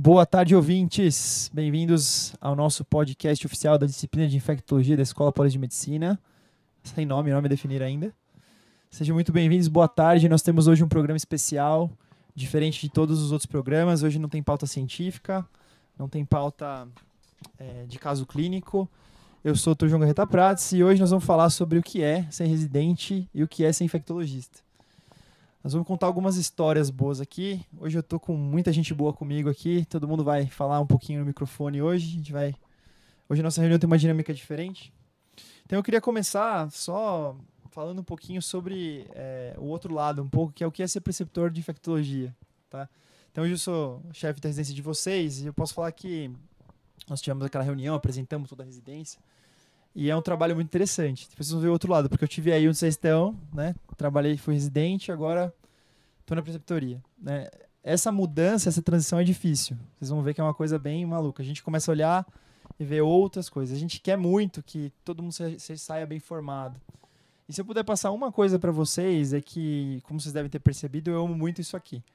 Boa tarde, ouvintes. Bem-vindos ao nosso podcast oficial da disciplina de Infectologia da Escola Paulista de Medicina. Sem nome a definir ainda. Sejam muito bem-vindos, boa tarde. Nós temos hoje um programa especial, diferente de todos os outros programas. Hoje não tem pauta científica, não tem pauta de caso clínico. Eu sou o Dr. João Garreta Prates e hoje nós vamos falar sobre o que é ser residente e o que é ser infectologista. Nós vamos contar algumas histórias boas aqui. Hoje eu tô com muita gente boa comigo aqui. Todo mundo vai falar um pouquinho no microfone hoje. Hoje a nossa reunião tem uma dinâmica diferente. Então eu queria começar só falando um pouquinho sobre o outro lado, um pouco, que é o que é ser preceptor de infectologia. Tá? Então hoje eu sou chefe da residência de vocês e eu posso falar que nós tivemos aquela reunião, apresentamos toda a residência. E é um trabalho muito interessante. Depois vocês vão ver o outro lado, porque eu tive aí onde vocês estão, né? Trabalhei, fui residente, agora estou na preceptoria. Né? Essa mudança, essa transição é difícil. Vocês vão ver que é uma coisa bem maluca. A gente começa a olhar e ver outras coisas. A gente quer muito que todo mundo saia bem formado. E se eu puder passar uma coisa para vocês, é que, como vocês devem ter percebido, eu amo muito isso aqui.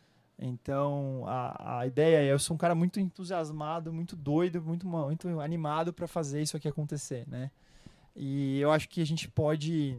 Então, a ideia é, eu sou um cara muito entusiasmado, muito doido, muito animado para fazer isso aqui acontecer, né? E eu acho que a gente pode,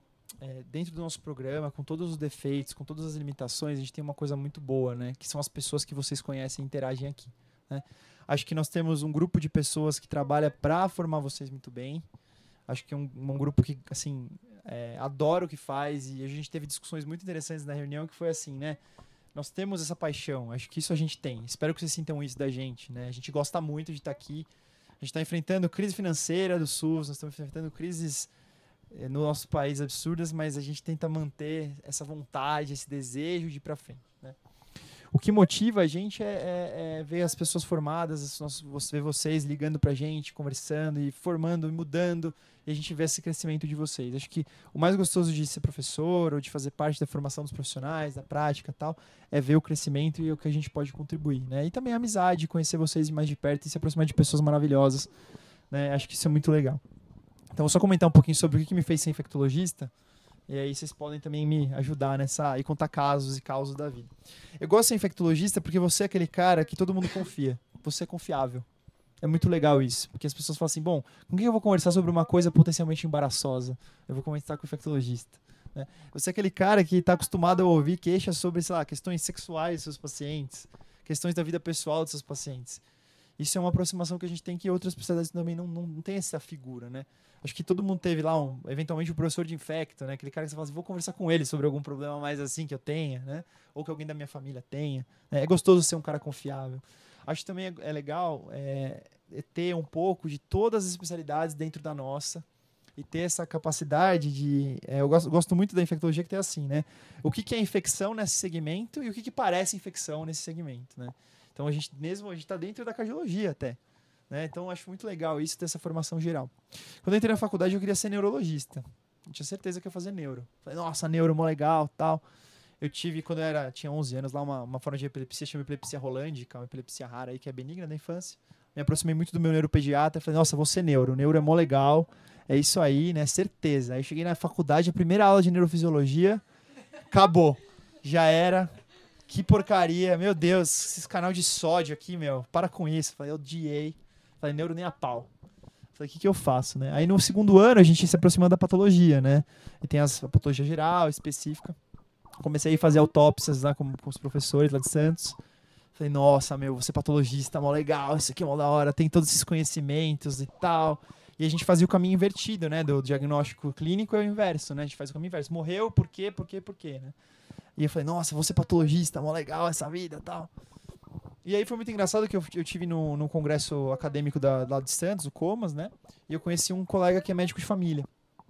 dentro do nosso programa, com todos os defeitos, com todas as limitações, a gente tem uma coisa muito boa, né? Que são as pessoas que vocês conhecem e interagem aqui, né? Acho que nós temos um grupo de pessoas que trabalha para formar vocês muito bem. Acho que é um grupo que, assim, adora o que faz, e a gente teve discussões muito interessantes na reunião, que foi assim, né? Nós temos essa paixão, acho que isso a gente tem. Espero que vocês sintam isso da gente, né? A gente gosta muito de estar aqui. A gente está enfrentando crise financeira do SUS, nós estamos enfrentando crises no nosso país absurdas, mas a gente tenta manter essa vontade, esse desejo de ir para frente, né? O que motiva a gente é ver as pessoas formadas, ver vocês ligando pra gente, conversando e formando e mudando, e a gente vê esse crescimento de vocês. Acho que o mais gostoso de ser professor ou de fazer parte da formação dos profissionais, da prática e tal, é ver o crescimento e o que a gente pode contribuir, né? E também a amizade, conhecer vocês mais de perto e se aproximar de pessoas maravilhosas, né? Acho que isso é muito legal. Então, vou só comentar um pouquinho sobre o que me fez ser infectologista. E aí vocês podem também me ajudar e contar casos e causos da vida. Eu gosto de ser infectologista porque você é aquele cara que todo mundo confia. Você é confiável. É muito legal isso. Porque as pessoas falam assim, bom, com quem eu vou conversar sobre uma coisa potencialmente embaraçosa? Eu vou conversar com o infectologista. Né? Você é aquele cara que está acostumado a ouvir queixas sobre, sei lá, questões sexuais dos seus pacientes, questões da vida pessoal dos seus pacientes. Isso é uma aproximação que a gente tem que outras especialidades também não tem essa figura, né? Acho que todo mundo teve lá, eventualmente, um professor de infecto, né? Aquele cara que você fala assim, vou conversar com ele sobre algum problema mais assim que eu tenha, né? Ou que alguém da minha família tenha. É gostoso ser um cara confiável. Acho que também é legal ter um pouco de todas as especialidades dentro da nossa e ter essa capacidade de... eu gosto muito da infectologia que tem assim, né? O que é infecção nesse segmento e o que parece infecção nesse segmento, né? Então, a gente está dentro da cardiologia até. Né? Então, acho muito legal isso, ter essa formação geral. Quando eu entrei na faculdade, eu queria ser neurologista. Eu tinha certeza que ia fazer neuro. Falei, nossa, neuro, mó legal, tal. Eu tive, quando eu tinha 11 anos, lá uma forma de epilepsia, chama epilepsia rolândica, uma epilepsia rara aí, que é benigna da infância. Me aproximei muito do meu neuropediatra, falei, nossa, vou ser neuro. Neuro é mó legal, é isso aí, né? Certeza. Aí cheguei na faculdade, a primeira aula de neurofisiologia, acabou. Já era... Que porcaria, meu Deus, esses canal de sódio aqui, meu, para com isso. Falei, eu odiei. Falei, neuro nem a pau. Falei, o que eu faço, né? Aí no segundo ano a gente se aproximando da patologia, né? E tem a patologia geral, específica. Comecei a fazer autópsias lá com os professores lá de Santos. Falei, nossa, meu, vou ser patologista, mó legal, isso aqui é mó da hora, tem todos esses conhecimentos e tal. E a gente fazia o caminho invertido, né? Do diagnóstico clínico é o inverso, né? A gente faz o caminho inverso. Morreu, por quê, né? E eu falei, nossa, vou ser patologista, mó legal essa vida e tal. E aí foi muito engraçado que eu tive no congresso acadêmico lá de Santos, o Comas, né? E eu conheci um colega que é médico de família.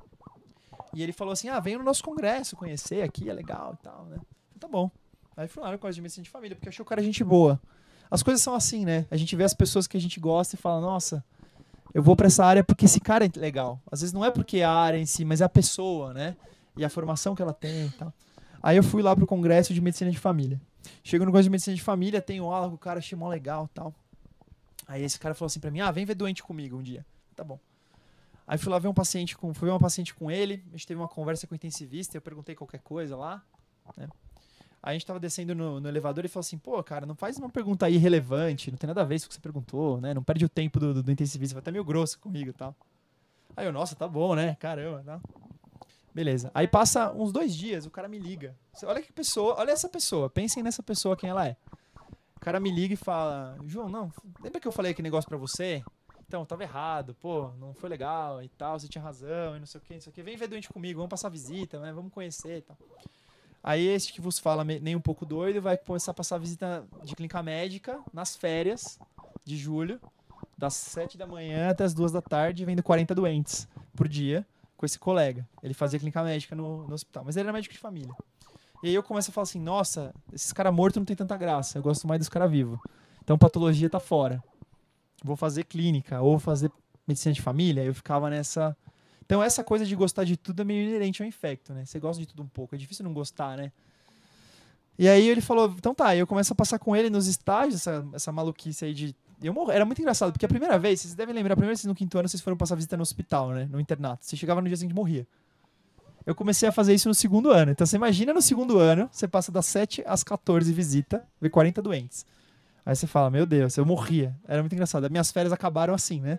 E ele falou assim, venha no nosso congresso conhecer aqui, é legal e tal, né? Tá bom. Aí fui lá no congresso de medicina de família, porque achei o cara gente boa. As coisas são assim, né? A gente vê as pessoas que a gente gosta e fala, nossa, eu vou pra essa área porque esse cara é legal. Às vezes não é porque é a área em si, mas é a pessoa, né? E a formação que ela tem e tal. Aí eu fui lá pro congresso de medicina de família. Chego no congresso de medicina de família, tenho aula com o cara, achei mó legal e tal. Aí esse cara falou assim pra mim, vem ver doente comigo um dia. Tá bom. Aí fui lá ver fui ver uma paciente com ele, a gente teve uma conversa com o intensivista, eu perguntei qualquer coisa lá, né? Aí a gente tava descendo no elevador e falou assim, pô, cara, não faz uma pergunta aí irrelevante, não tem nada a ver com o que você perguntou, né? Não perde o tempo do intensivista, vai até meio grosso comigo e tal. Aí eu, nossa, tá bom, né? Caramba, tá. Beleza. Aí passa uns 2 dias, o cara me liga. Olha que pessoa, olha essa pessoa, pensem nessa pessoa, quem ela é. O cara me liga e fala, João, não, lembra que eu falei aquele negócio pra você? Então, tava errado, pô, não foi legal e tal, você tinha razão e não sei o que, não sei o que. Vem ver doente comigo, vamos passar visita, né? Vamos conhecer e tal. Aí esse que vos fala, nem um pouco doido, vai começar a passar visita de clínica médica nas férias de julho, das 7 da manhã até as 2 da tarde, vendo 40 doentes por dia com esse colega. Ele fazia clínica médica no hospital, mas ele era médico de família. E aí eu começo a falar assim, nossa, esses caras mortos não tem tanta graça, eu gosto mais dos caras vivos. Então patologia tá fora. Vou fazer clínica ou fazer medicina de família, eu ficava nessa... Então essa coisa de gostar de tudo é meio inerente ao infecto, né? Você gosta de tudo um pouco, é difícil não gostar, né? E aí ele falou, então tá, eu começo a passar com ele nos estágios, essa maluquice aí de... Era muito engraçado, porque a primeira vez, vocês devem lembrar, a primeira vez no 5º ano vocês foram passar visita no hospital, né? No internato. Você chegava no dia seguinte e morria. Eu comecei a fazer isso no 2º ano. Então você imagina no 2º ano, você passa das 7 às 14 visita, vê 40 doentes. Aí você fala, meu Deus, eu morria. Era muito engraçado. As minhas férias acabaram assim, né?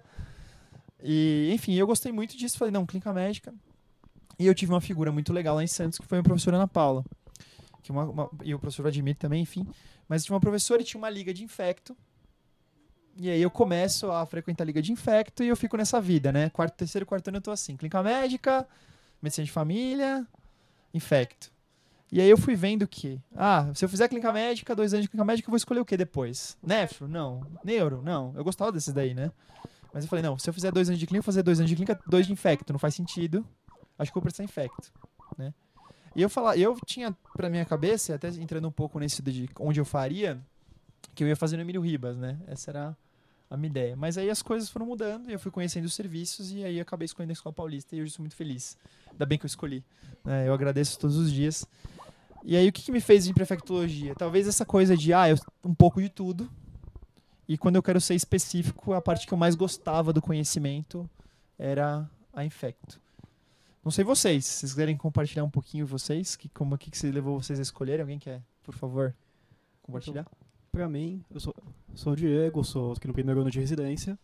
E, enfim, eu gostei muito disso. Falei, não, clínica médica. E eu tive uma figura muito legal lá em Santos, que foi a professora Ana Paula. Que e o professor Vladimir também, enfim. Mas tinha uma professora e tinha uma liga de infecto. E aí eu começo a frequentar a liga de infecto e eu fico nessa vida, né? Terceiro, quarto ano eu tô assim. Clínica médica, medicina de família, infecto. E aí eu fui vendo que, se eu fizer clínica médica, 2 anos de clínica médica, eu vou escolher o que depois? Nefro? Não. Neuro? Não. Eu gostava desses daí, né? Mas eu falei, não, se eu fizer 2 anos de clínica, eu vou fazer 2 anos de clínica, 2 de infecto. Não faz sentido. Acho que eu vou prestar infecto, né? E eu tinha pra minha cabeça, até entrando um pouco nesse de onde eu faria, que eu ia fazer no Emílio Ribas, né? Essa era a minha ideia. Mas aí as coisas foram mudando e eu fui conhecendo os serviços e aí acabei escolhendo a Escola Paulista e hoje sou muito feliz. Ainda bem que eu escolhi, né? Eu agradeço todos os dias. E aí o que me fez vir pra infectologia? Talvez essa coisa de, um pouco de tudo. E quando eu quero ser específico, a parte que eu mais gostava do conhecimento era a infecto. Não sei vocês, se vocês quiserem compartilhar um pouquinho vocês, que levou vocês a escolherem, alguém quer, por favor, compartilhar? Então, pra mim, eu sou o Diego, sou aqui no 1º ano de residência.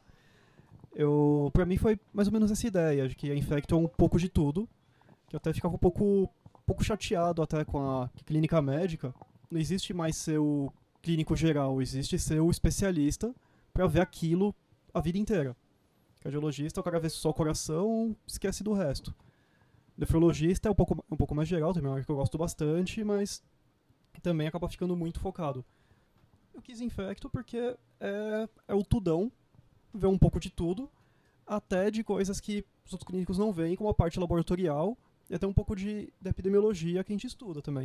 Pra mim foi mais ou menos essa ideia, de que a infecto é um pouco de tudo, que eu até ficava um pouco chateado até com a clínica médica. Não existe mais ser o clínico geral, existe ser o especialista para ver aquilo a vida inteira. Cardiologista, o cara vê só o coração, esquece do resto. Nefrologista é um pouco mais geral, também é uma área que eu gosto bastante, mas também acaba ficando muito focado. Eu quis infecto porque é o tudão, ver um pouco de tudo, até de coisas que os outros clínicos não veem, como a parte laboratorial, e até um pouco de epidemiologia que a gente estuda também.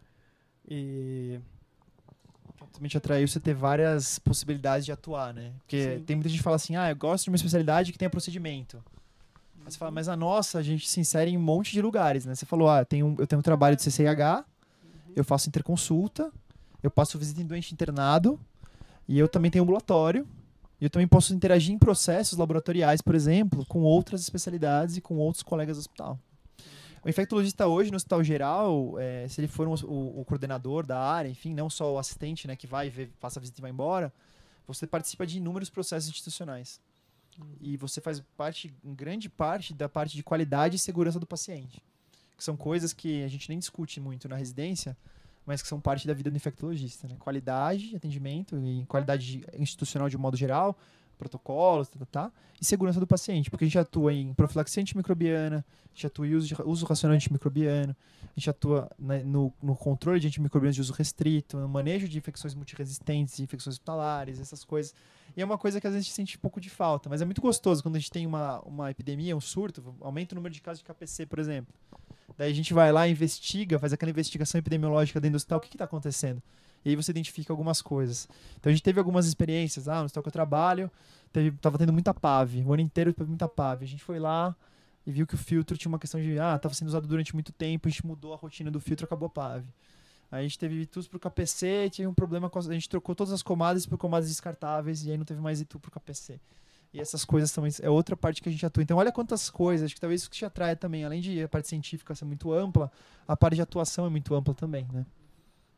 E também te atraiu você ter várias possibilidades de atuar, né? Porque tem muita gente que fala assim, eu gosto de uma especialidade que tenha procedimento. Aí você fala, mas a nossa, a gente se insere em um monte de lugares, né? Você falou, eu tenho um trabalho de CCIH, eu faço interconsulta, eu passo visita em doente internado, e eu também tenho ambulatório, e eu também posso interagir em processos laboratoriais, por exemplo, com outras especialidades e com outros colegas do hospital. O infectologista hoje, no hospital geral, se ele for o coordenador da área, enfim, não só o assistente, né, que vai ver, passa a visita e vai embora, você participa de inúmeros processos institucionais. E você faz em grande parte da parte de qualidade e segurança do paciente. Que são coisas que a gente nem discute muito na residência, mas que são parte da vida do infectologista, né? Qualidade de atendimento e qualidade institucional de um modo geral, protocolos, e segurança do paciente, porque a gente atua em profilaxia antimicrobiana, a gente atua em uso racional de antimicrobiano, a gente atua no controle de antimicrobianos de uso restrito, no manejo de infecções multiresistentes, infecções hospitalares, essas coisas. E é uma coisa que às vezes a gente sente um pouco de falta, mas é muito gostoso quando a gente tem uma epidemia, um surto, aumenta o número de casos de KPC, por exemplo. Daí a gente vai lá, investiga, faz aquela investigação epidemiológica dentro do hospital, o que está acontecendo? E aí você identifica algumas coisas. Então a gente teve algumas experiências, no hospital que eu trabalho, tava tendo muita PAV, o ano inteiro teve muita PAV. A gente foi lá e viu que o filtro tinha uma questão de, estava sendo usado durante muito tempo, a gente mudou a rotina do filtro, acabou a PAV. Aí a gente teve Itus pro KPC, tive um problema a gente trocou todas as comadas por comadas descartáveis e aí não teve mais Itu pro KPC. E essas coisas também é outra parte que a gente atua. Então olha quantas coisas, acho que talvez isso que te atrai também, além de a parte científica ser muito ampla, a parte de atuação é muito ampla também, né?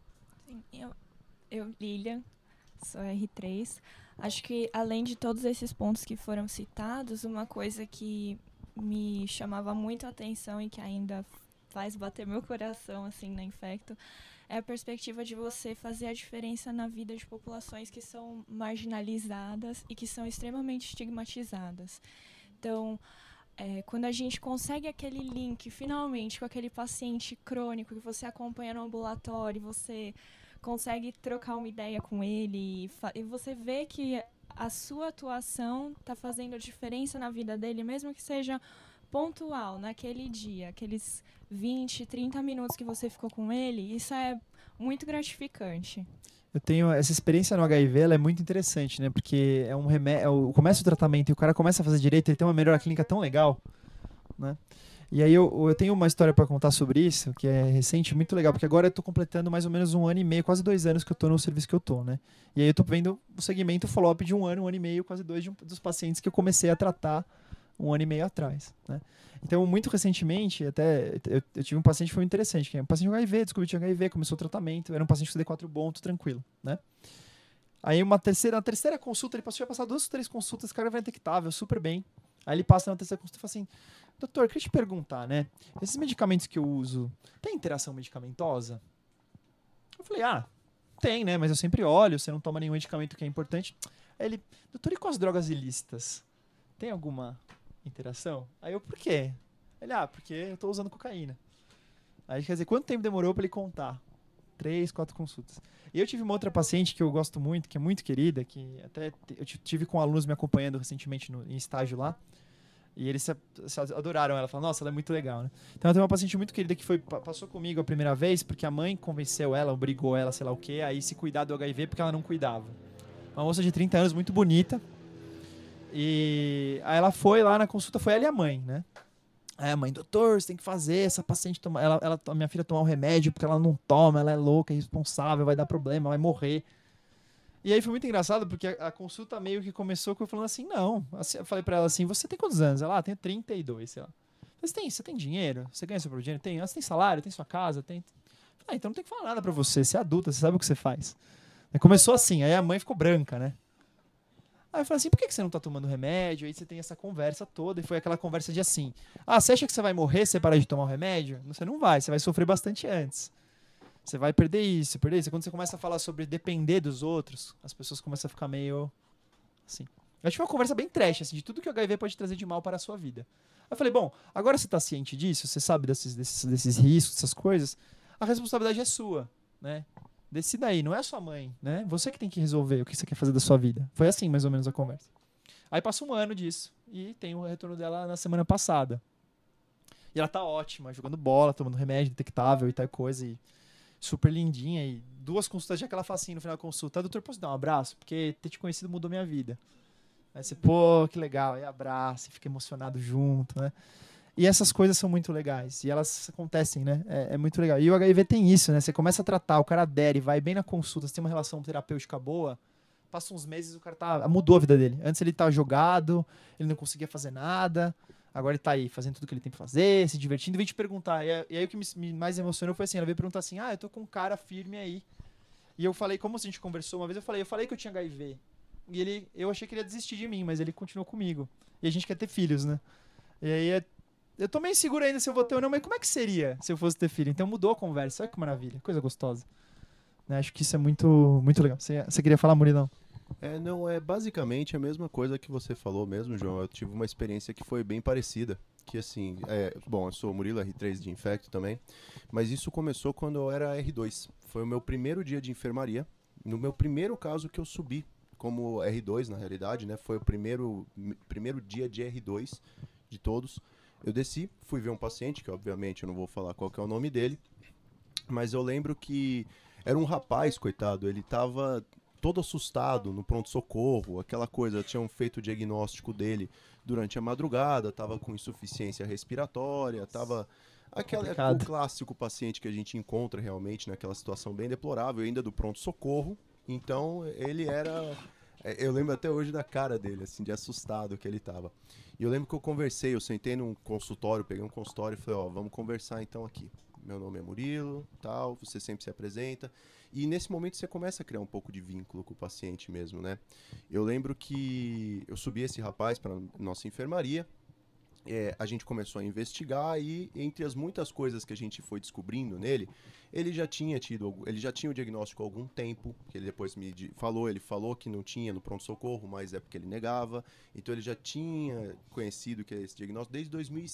Sim, eu, Lilian, sou R3. Acho que, além de todos esses pontos que foram citados, uma coisa que me chamava muito a atenção e que ainda faz bater meu coração, assim, na Infecto, é a perspectiva de você fazer a diferença na vida de populações que são marginalizadas e que são extremamente estigmatizadas. Então, quando a gente consegue aquele link, finalmente, com aquele paciente crônico que você acompanha no ambulatório, você consegue trocar uma ideia com ele e você vê que a sua atuação está fazendo a diferença na vida dele, mesmo que seja pontual, naquele dia, aqueles 20, 30 minutos que você ficou com ele, isso é muito gratificante. Eu tenho essa experiência no HIV, ela é muito interessante, né? Porque é um remédio, começa o tratamento e o cara começa a fazer direito, ele tem uma melhora clínica tão legal, né? E aí eu tenho uma história para contar sobre isso, que é recente, muito legal, porque agora eu tô completando mais ou menos 1 ano e meio, quase 2 anos que eu tô no serviço que eu tô, né? E aí eu tô vendo o segmento follow-up de 1 ano e meio, quase 2 dos pacientes que eu comecei a tratar 1 ano e meio atrás, né? Então, muito recentemente, até eu tive um paciente que foi interessante, que é um paciente de HIV, descobriu que tinha HIV, começou o tratamento, era um paciente com CD4 bom, tudo tranquilo, né? Aí na terceira consulta, ele tinha passado 2 ou 3 consultas, carga detectável, super bem. Aí ele passa na terceira consulta e fala assim, doutor, queria te perguntar, né? Esses medicamentos que eu uso, tem interação medicamentosa? Eu falei, tem, né? Mas eu sempre olho, você não toma nenhum medicamento que é importante. Aí ele, doutor, e com as drogas ilícitas? Tem alguma interação? Aí eu, por quê? Ele, porque eu tô usando cocaína. Aí quer dizer, quanto tempo demorou pra ele contar? 3, 4 consultas. E eu tive uma outra paciente que eu gosto muito, que é muito querida, que até eu tive com alunos me acompanhando recentemente em estágio lá. E eles se adoraram ela, falaram, nossa, ela é muito legal, né? Então eu tenho uma paciente muito querida que passou comigo a primeira vez, porque a mãe convenceu ela, obrigou ela, sei lá o quê, a ir se cuidar do HIV porque ela não cuidava. Uma moça de 30 anos, muito bonita. E aí ela foi lá na consulta, foi ela e a mãe, né? Aí a mãe, doutor, você tem que fazer essa paciente tomar. A minha filha tomar um remédio porque ela não toma, ela é louca, é irresponsável, vai dar problema, vai morrer. E aí foi muito engraçado porque a consulta meio que começou com eu falando assim, não. Assim, eu falei pra ela assim, você tem quantos anos? Ela, tenho 32, sei lá. Você tem dinheiro? Você ganha seu próprio dinheiro? Tem? Você tem salário? Tem sua casa? Tem? Então não tem que falar nada pra você. Você é adulta, você sabe o que você faz. Aí começou assim, aí a mãe ficou branca, né? Aí eu falei assim, por que você não tá tomando remédio? Aí você tem essa conversa toda, e foi aquela conversa de assim, você acha que você vai morrer se você parar de tomar o remédio? Você não vai, você vai sofrer bastante antes. Você vai perder isso, perder isso. Quando você começa a falar sobre depender dos outros, as pessoas começam a ficar meio assim. Eu tive uma conversa bem trash, assim, de tudo que o HIV pode trazer de mal para a sua vida. Aí eu falei, bom, agora você tá ciente disso, você sabe desses riscos, dessas coisas, a responsabilidade é sua, né? Decida aí, não é a sua mãe, né? Você que tem que resolver o que você quer fazer da sua vida. Foi assim, mais ou menos, a conversa. Aí passa 1 ano disso, e tem o retorno dela na semana passada. E ela tá ótima, jogando bola, tomando remédio detectável e tal coisa, e super lindinha. E 2 consultas já que ela fala assim no final da consulta, doutor, posso dar um abraço? Porque ter te conhecido mudou minha vida. Aí você, pô, que legal, aí abraça e fica emocionado junto, né? E essas coisas são muito legais. E elas acontecem, né? É muito legal. E o HIV tem isso, né? Você começa a tratar, o cara adere, vai bem na consulta, você tem uma relação terapêutica boa, passa uns meses o cara mudou a vida dele. Antes ele tava jogado, ele não conseguia fazer nada. Agora ele tá aí, fazendo tudo que ele tem pra fazer, se divertindo. E veio te perguntar. E aí o que me mais emocionou foi assim, ela veio perguntar assim, eu tô com um cara firme aí. E eu falei, como a gente conversou uma vez, eu falei que eu tinha HIV. E eu achei que ele ia desistir de mim, mas ele continuou comigo. E a gente quer ter filhos, né? E aí eu tô meio inseguro ainda se eu vou ter ou não, mas como é que seria se eu fosse ter filho? Então mudou a conversa, olha que maravilha, coisa gostosa. Né? Acho que isso é muito, muito legal. Você queria falar, Murilão? Não, é basicamente a mesma coisa que você falou mesmo, João. Eu tive uma experiência que foi bem parecida. Que assim, bom, eu sou Murilo, R3 de Infecto também, mas isso começou quando eu era R2. Foi o meu primeiro dia de enfermaria, no meu primeiro caso que eu subi como R2, na realidade, né? Foi o primeiro dia de R2 de todos. Eu desci, fui ver um paciente, que obviamente eu não vou falar qual que é o nome dele, mas eu lembro que era um rapaz, coitado, ele tava todo assustado no pronto-socorro, aquela coisa, tinham feito o diagnóstico dele durante a madrugada, tava com insuficiência respiratória, tava o clássico paciente que a gente encontra realmente naquela situação bem deplorável, ainda do pronto-socorro. Então ele era... Eu lembro até hoje da cara dele, assim, de assustado que ele tava. E eu lembro que eu sentei num consultório, peguei um consultório e falei, vamos conversar então aqui. Meu nome é Murilo, tal, você sempre se apresenta. E nesse momento você começa a criar um pouco de vínculo com o paciente mesmo, né? Eu lembro que eu subi esse rapaz para nossa enfermaria, a gente começou a investigar e entre as muitas coisas que a gente foi descobrindo nele, ele já tinha o diagnóstico há algum tempo, que ele depois ele falou que não tinha no pronto-socorro, mas é porque ele negava, então ele já tinha conhecido que é esse diagnóstico desde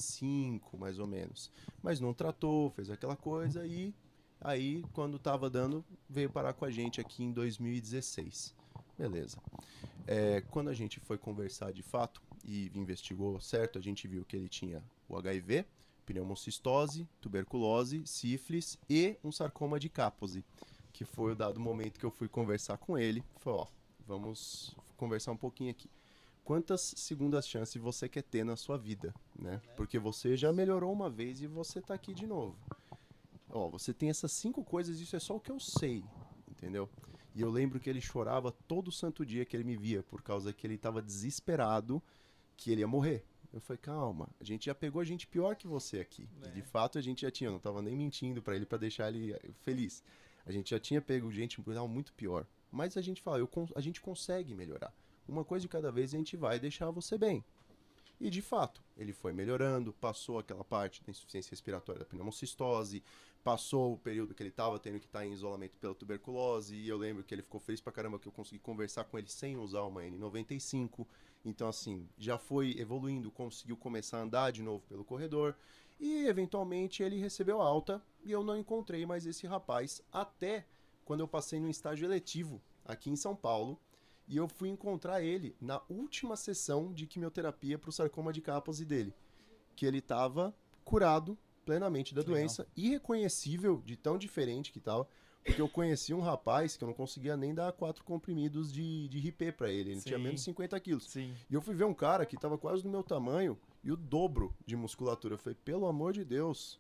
2005, mais ou menos, mas não tratou, fez aquela coisa e aí quando estava dando, veio parar com a gente aqui em 2016. Beleza. Quando a gente foi conversar de fato e investigou certo, a gente viu que ele tinha o HIV, pneumocistose, tuberculose, sífilis e um sarcoma de Kaposi, que foi o dado momento que eu fui conversar com ele. Falei, ó, vamos conversar um pouquinho aqui. Quantas segundas chances você quer ter na sua vida, né? Porque você já melhorou uma vez e você tá aqui de novo. Ó, você tem essas 5 coisas, isso é só o que eu sei, entendeu? E eu lembro que ele chorava todo santo dia que ele me via, por causa que ele estava desesperado que ele ia morrer. Eu falei, calma, a gente já pegou gente pior que você aqui. E de fato a gente já tinha, eu não estava nem mentindo para ele, para deixar ele feliz. A gente já tinha pego gente muito pior. Mas a gente fala, a gente consegue melhorar. Uma coisa de cada vez a gente vai deixar você bem. E de fato, ele foi melhorando, passou aquela parte da insuficiência respiratória da pneumocistose, passou o período que ele estava tendo que estar em isolamento pela tuberculose, e eu lembro que ele ficou feliz pra caramba que eu consegui conversar com ele sem usar uma N95. Então, assim, já foi evoluindo, conseguiu começar a andar de novo pelo corredor, e eventualmente ele recebeu alta, e eu não encontrei mais esse rapaz até quando eu passei num estágio eletivo aqui em São Paulo, e eu fui encontrar ele na última sessão de quimioterapia para o sarcoma de Kaposi dele, que ele estava curado plenamente da doença, irreconhecível de tão diferente que estava, porque eu conheci um rapaz que eu não conseguia nem dar 4 comprimidos de ripê para ele tinha menos de 50 quilos. Sim. E eu fui ver um cara que estava quase do meu tamanho e o dobro de musculatura. Eu falei, pelo amor de Deus,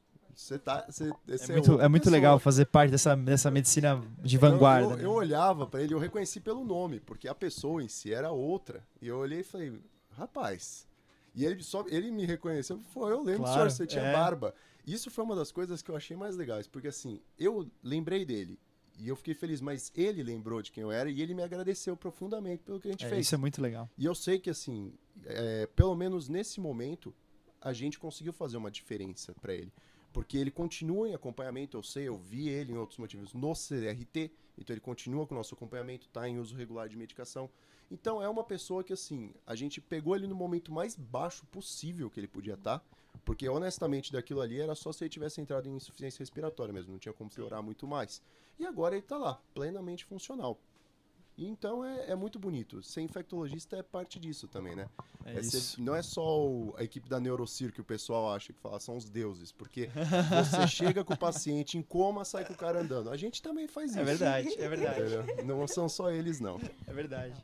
é muito legal fazer parte dessa medicina de vanguarda. Eu olhava pra ele, eu reconheci pelo nome, porque a pessoa em si era outra. E eu olhei e falei, rapaz. E ele me reconheceu, eu lembro do senhor, você tinha barba. Isso foi uma das coisas que eu achei mais legais, porque assim, eu lembrei dele e eu fiquei feliz, mas ele lembrou de quem eu era e ele me agradeceu profundamente pelo que a gente fez. Isso é muito legal. E eu sei que assim, pelo menos nesse momento, a gente conseguiu fazer uma diferença pra ele. Porque ele continua em acompanhamento, eu vi ele em outros motivos no CRT, então ele continua com o nosso acompanhamento, está em uso regular de medicação. Então é uma pessoa que, assim, a gente pegou ele no momento mais baixo possível que ele podia estar, porque honestamente daquilo ali era só se ele tivesse entrado em insuficiência respiratória mesmo, não tinha como piorar muito mais. E agora ele está lá, plenamente funcional. E então é muito bonito. Ser infectologista é parte disso também, né? Não é só a equipe da Neurocir que o pessoal acha que fala, são os deuses, porque você chega com o paciente em coma, sai com o cara andando. A gente também faz isso. É verdade. Não são só eles, não. É verdade.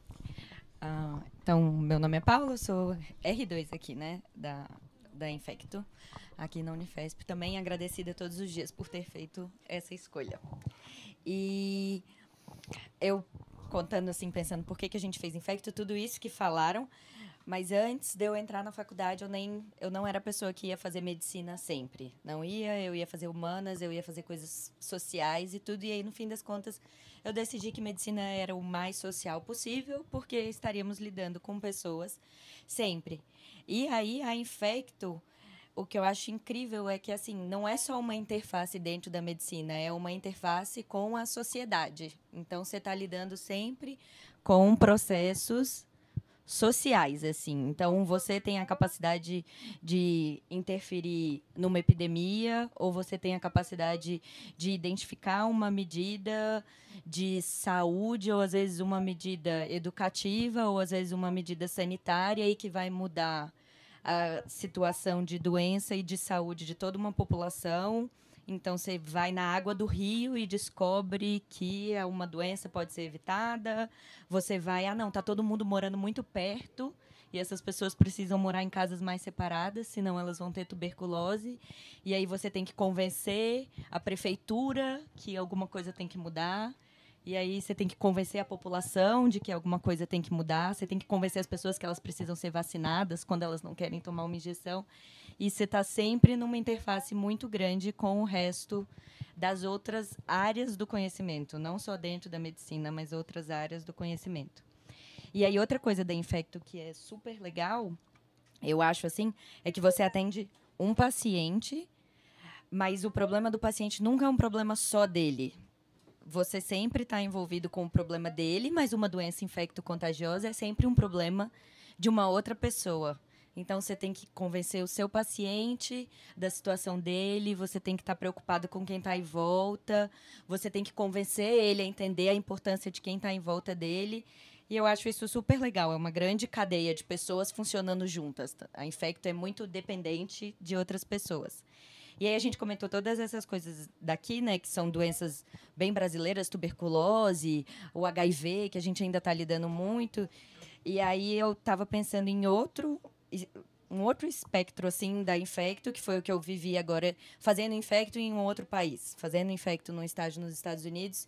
Então, meu nome é Paula, eu sou R2 aqui, né, da Infecto, aqui na Unifesp. Também agradecida todos os dias por ter feito essa escolha. E eu contando assim, pensando por que a gente fez Infecto, tudo isso que falaram, mas antes de eu entrar na faculdade, eu não era a pessoa que ia fazer medicina sempre. Eu ia fazer humanas, eu ia fazer coisas sociais e tudo, e aí, no fim das contas, eu decidi que medicina era o mais social possível, porque estaríamos lidando com pessoas sempre. E aí, a Infecto, o que eu acho incrível é que, assim, não é só uma interface dentro da medicina, é uma interface com a sociedade. Então, você está lidando sempre com processos sociais, assim. Então, você tem a capacidade de interferir numa epidemia, ou você tem a capacidade de identificar uma medida de saúde, ou, às vezes, uma medida educativa, ou, às vezes, uma medida sanitária, e que vai mudar a situação de doença e de saúde de toda uma população. Então, você vai na água do rio e descobre que uma doença pode ser evitada. Você vai, está todo mundo morando muito perto e essas pessoas precisam morar em casas mais separadas, senão elas vão ter tuberculose. E aí você tem que convencer a prefeitura que alguma coisa tem que mudar. E aí você tem que convencer a população de que alguma coisa tem que mudar, você tem que convencer as pessoas que elas precisam ser vacinadas quando elas não querem tomar uma injeção. E você está sempre numa interface muito grande com o resto das outras áreas do conhecimento, não só dentro da medicina, mas outras áreas do conhecimento. E aí outra coisa da Infecto que é super legal, eu acho assim, é que você atende um paciente, mas o problema do paciente nunca é um problema só dele. Você sempre está envolvido com o problema dele, mas uma doença infecto-contagiosa é sempre um problema de uma outra pessoa. Então, você tem que convencer o seu paciente da situação dele, você tem que estar preocupado com quem está em volta, você tem que convencer ele a entender a importância de quem está em volta dele. E eu acho isso super legal. É uma grande cadeia de pessoas funcionando juntas. A Infecto é muito dependente de outras pessoas. E aí a gente comentou todas essas coisas daqui, né, que são doenças bem brasileiras, tuberculose, o HIV, que a gente ainda está lidando muito. E aí eu estava pensando em um outro espectro assim da Infecto, que foi o que eu vivi agora, fazendo Infecto em um outro país, fazendo Infecto num estágio nos Estados Unidos.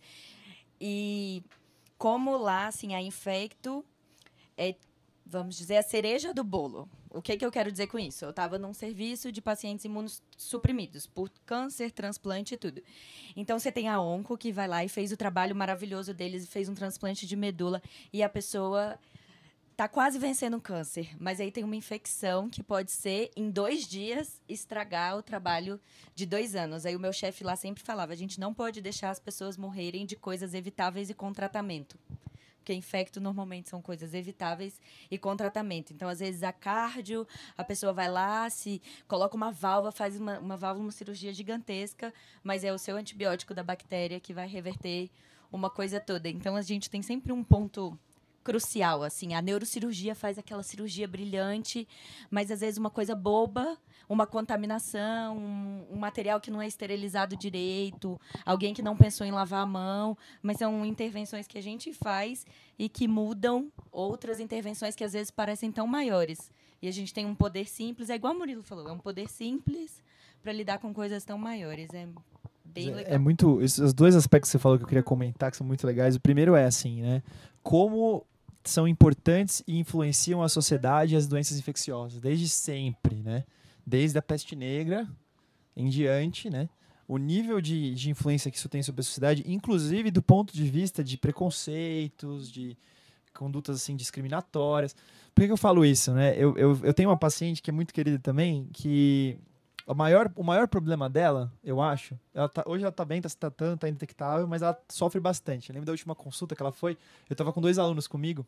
E como lá, assim, a Infecto é, vamos dizer, a cereja do bolo. O que eu quero dizer com isso? Eu estava num serviço de pacientes imunossuprimidos por câncer, transplante e tudo. Então, você tem a onco que vai lá e fez o trabalho maravilhoso deles e fez um transplante de medula e a pessoa está quase vencendo o câncer, mas aí tem uma infecção que pode ser, em 2 dias, estragar o trabalho de 2 anos. Aí o meu chefe lá sempre falava, a gente não pode deixar as pessoas morrerem de coisas evitáveis e com tratamento. Porque infecto normalmente são coisas evitáveis e com tratamento. Então, às vezes, a cardio, a pessoa vai lá, se coloca uma válvula, faz uma válvula, uma cirurgia gigantesca, mas é o seu antibiótico da bactéria que vai reverter uma coisa toda. Então, a gente tem sempre um ponto crucial, assim, a neurocirurgia faz aquela cirurgia brilhante, mas às vezes uma coisa boba, uma contaminação, um material que não é esterilizado direito, alguém que não pensou em lavar a mão, mas são intervenções que a gente faz e que mudam outras intervenções que às vezes parecem tão maiores. E a gente tem um poder simples, é igual o Murilo falou, é um poder simples para lidar com coisas tão maiores. É bem legal. É muito, esses 2 aspectos que você falou que eu queria comentar, que são muito legais. O primeiro é assim, né? Como são importantes e influenciam a sociedade e as doenças infecciosas, desde sempre, né? Desde a peste negra em diante, né? O nível de influência que isso tem sobre a sociedade, inclusive do ponto de vista de preconceitos, de condutas assim discriminatórias. Por que eu falo isso, né? Eu tenho uma paciente que é muito querida também, que o maior problema dela, eu acho, hoje ela tá bem, tá se tratando, tá indetectável, mas ela sofre bastante. Eu lembro da última consulta que ela foi, eu tava com 2 alunos comigo,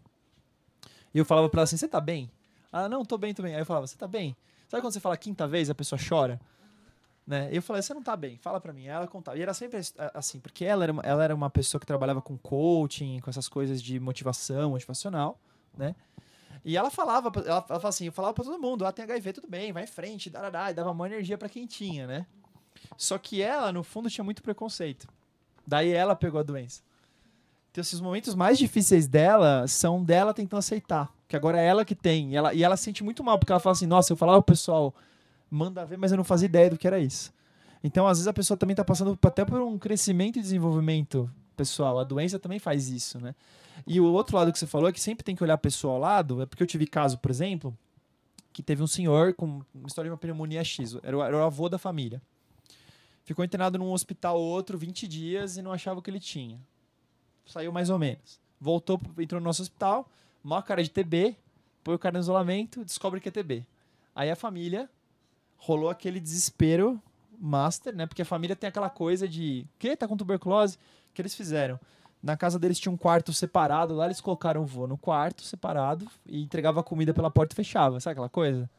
e eu falava pra ela assim, você tá bem? Ela, não, tô bem. Aí eu falava, você tá bem? Sabe quando você fala a 5ª vez, a pessoa chora? Né? E eu falei, você não tá bem, fala pra mim. Aí ela contava. E era sempre assim, porque ela era uma pessoa que trabalhava com coaching, com essas coisas de motivacional, né? E ela falava assim, eu falava pra todo mundo, tem HIV, tudo bem, vai em frente, e dava uma energia pra quem tinha, né? Só que ela, no fundo, tinha muito preconceito. Daí ela pegou a doença. Então, esses momentos mais difíceis dela são dela tentando aceitar, que agora é ela que tem. E ela se sente muito mal, porque ela fala assim, nossa, eu falava pro pessoal, manda ver, mas eu não fazia ideia do que era isso. Então, às vezes, a pessoa também tá passando até por um crescimento e desenvolvimento pessoal. A doença também faz isso, né? E o outro lado que você falou é que sempre tem que olhar a pessoa ao lado, é porque eu tive caso, por exemplo, que teve um senhor com uma história de uma pneumonia X, era o avô da família. Ficou internado num hospital outro 20 dias e não achava o que ele tinha. Saiu mais ou menos. Voltou, entrou no nosso hospital, maior cara de TB, põe o cara no isolamento, descobre que é TB. Aí a família rolou aquele desespero master, né? Porque a família tem aquela coisa de, que tá com tuberculose? O que eles fizeram? Na casa deles tinha um quarto separado, lá eles colocaram o vô no quarto separado e entregava a comida pela porta e fechava, sabe aquela coisa?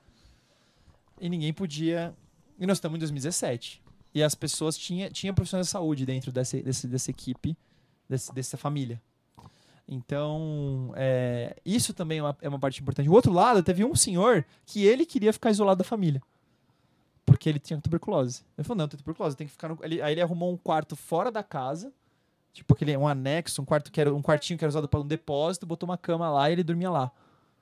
E ninguém podia... E nós estamos em 2017. E as pessoas tinham profissionais de saúde dentro dessa equipe, dessa família. Então, isso também é uma parte importante. O outro lado, teve um senhor que ele queria ficar isolado da família. Porque ele tinha tuberculose. Ele falou, não, eu tenho tuberculose, eu tenho que ficar Aí ele arrumou um quarto fora da casa, tipo um anexo, um quartinho que era usado para um depósito, botou uma cama lá e ele dormia lá.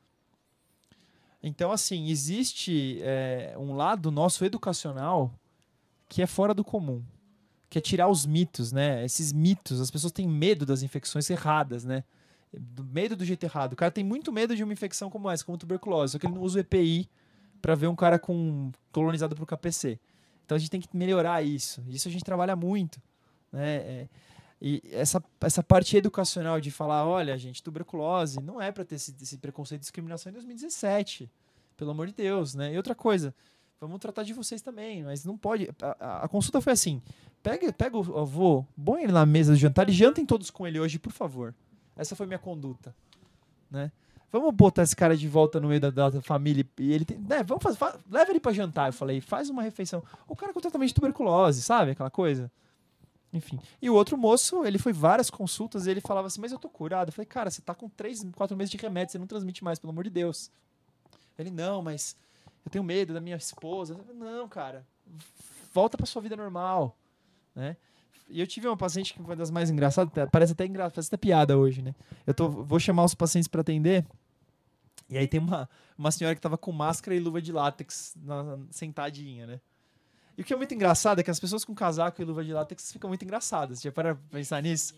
Então, assim, existe um lado nosso educacional que é fora do comum. que é tirar os mitos, né? Esses mitos, as pessoas têm medo das infecções erradas, né? Medo do jeito errado. O cara tem muito medo de uma infecção como essa, como tuberculose, só que ele não usa o EPI para ver um cara colonizado por KPC. Então a gente tem que melhorar isso. Isso a gente trabalha muito, né? E essa parte educacional de falar, olha, gente, tuberculose não é para ter esse preconceito e discriminação em 2017. Pelo amor de Deus, né? E outra coisa, vamos tratar de vocês também, mas não pode... A consulta foi assim, pega o avô, põe ele na mesa do jantar e jantem todos com ele hoje, por favor. Essa foi minha conduta, né? Vamos botar esse cara de volta no meio da família e ele tem, né, leva ele pra jantar, eu falei, faz uma refeição. O cara com tratamento de tuberculose, sabe? Aquela coisa. Enfim. E o outro moço, ele foi várias consultas e ele falava assim, mas eu tô curado. Eu falei, cara, você tá com 3, 4 meses de remédio, você não transmite mais, pelo amor de Deus. Ele, não, mas eu tenho medo da minha esposa. Eu falei, não, cara, volta pra sua vida normal, né? E eu tive uma paciente que foi uma das mais engraçadas, parece até engraçado, parece até piada hoje, né? Vou chamar os pacientes para atender, e aí tem uma senhora que tava com máscara e luva de látex sentadinha, né? E o que é muito engraçado é que as pessoas com casaco e luva de látex ficam muito engraçadas. Já para pensar nisso?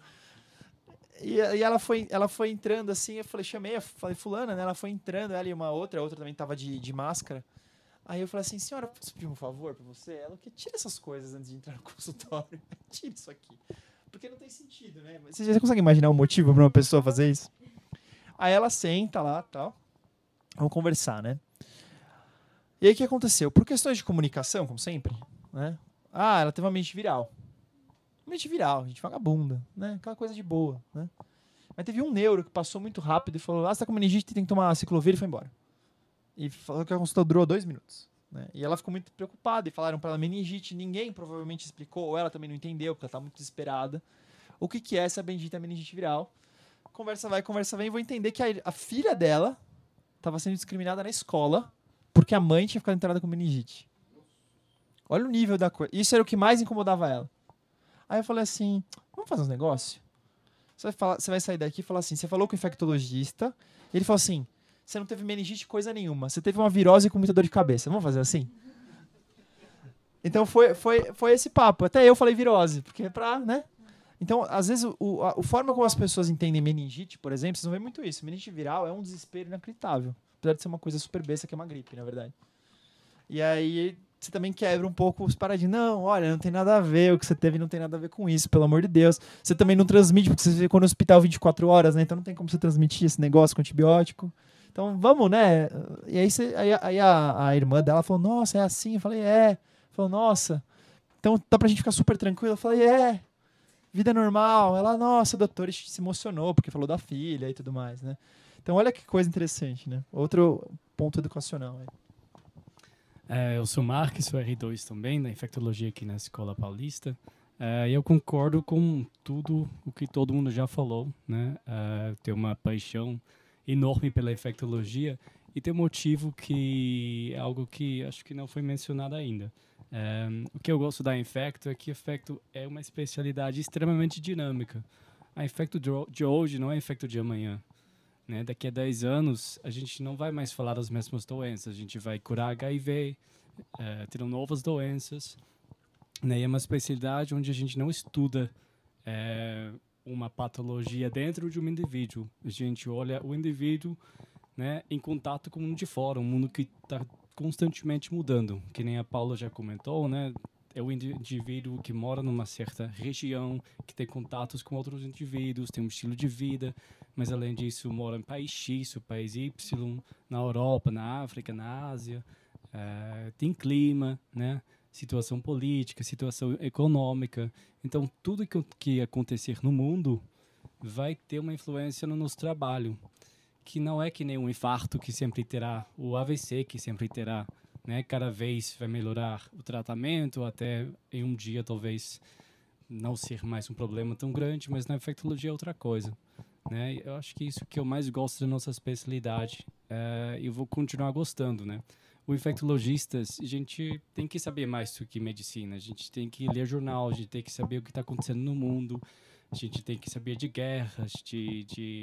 E ela foi entrando assim, eu falei, fulana, né? Ela foi entrando, ela e a outra também tava de máscara. Aí eu falei assim, senhora, posso pedir um favor pra você? Ela, que tira essas coisas antes de entrar no consultório. Tira isso aqui. Porque não tem sentido, né? Você já consegue imaginar um motivo pra uma pessoa fazer isso? Aí ela senta lá e tal. Vamos conversar, né? E aí o que aconteceu? Por questões de comunicação, como sempre, né? Ela teve uma meningite viral. Meningite viral, gente vagabunda, né? Aquela coisa de boa, né? Mas teve um neuro que passou muito rápido e falou, você tá com meningite, tem que tomar ciclovir, e foi embora. E falou que a consulta durou 2 minutos. Né? E ela ficou muito preocupada e falaram para ela meningite. Ninguém provavelmente explicou, ou ela também não entendeu, porque ela está muito desesperada. O que é essa bendita meningite viral? Conversa vai, conversa vem. Vou entender que a filha dela estava sendo discriminada na escola porque a mãe tinha ficado internada com meningite. Olha o nível da coisa. Isso era o que mais incomodava ela. Aí eu falei assim, vamos fazer uns negócios? Você vai sair daqui e falar assim, você falou com o infectologista, e ele falou assim, você não teve meningite coisa nenhuma. Você teve uma virose com muita dor de cabeça. Vamos fazer assim? Então foi esse papo. Até eu falei virose, porque é pra, né? Então, às vezes, a forma como as pessoas entendem meningite, por exemplo, vocês vão ver muito isso. Meningite viral é um desespero inacreditável. Apesar de ser uma coisa super besta, que é uma gripe, na verdade. E aí, você também quebra um pouco os paradigmas. Não, olha, não tem nada a ver. O que você teve não tem nada a ver com isso, pelo amor de Deus. Você também não transmite, porque você ficou no hospital 24 horas, né? Então não tem como você transmitir esse negócio com antibiótico. Então, vamos, né? E aí a irmã dela falou, nossa, é assim? Eu falei, é. Falou, nossa, então dá pra gente ficar super tranquilo? Eu falei, é. Vida normal. Ela, nossa, doutor, a gente se emocionou, porque falou da filha e tudo mais, né? Então, olha que coisa interessante, né? Outro ponto educacional. Eu sou Marques, sou R2 também, da infectologia aqui na Escola Paulista. E eu concordo com tudo o que todo mundo já falou, né? Tenho uma paixão enorme pela infectologia e tem um motivo que é algo que acho que não foi mencionado ainda. O que eu gosto da Infecto é que a Infecto é uma especialidade extremamente dinâmica. A Infecto de hoje não é a Infecto de amanhã. Né? Daqui a 10 anos, a gente não vai mais falar das mesmas doenças. A gente vai curar HIV, ter novas doenças. Né? E é uma especialidade onde a gente não estuda uma patologia dentro de um indivíduo. A gente olha o indivíduo, né, em contato com o mundo de fora, um mundo que está constantemente mudando. Que nem a Paula já comentou, né? É o indivíduo que mora numa certa região, que tem contatos com outros indivíduos, tem um estilo de vida, mas além disso mora em país X, o país Y, na Europa, na África, na Ásia. Tem clima, né? Situação política, situação econômica. Então, tudo que acontecer no mundo vai ter uma influência no nosso trabalho, que não é que nem um infarto que sempre terá, o AVC que sempre terá, né? Cada vez vai melhorar o tratamento, até em um dia talvez não ser mais um problema tão grande, mas na infectologia é outra coisa. Né? Eu acho que isso que eu mais gosto da nossa especialidade, eu vou continuar gostando, né? O infectologista, a gente tem que saber mais do que medicina, a gente tem que ler jornal, a gente tem que saber o que está acontecendo no mundo, a gente tem que saber de guerras, de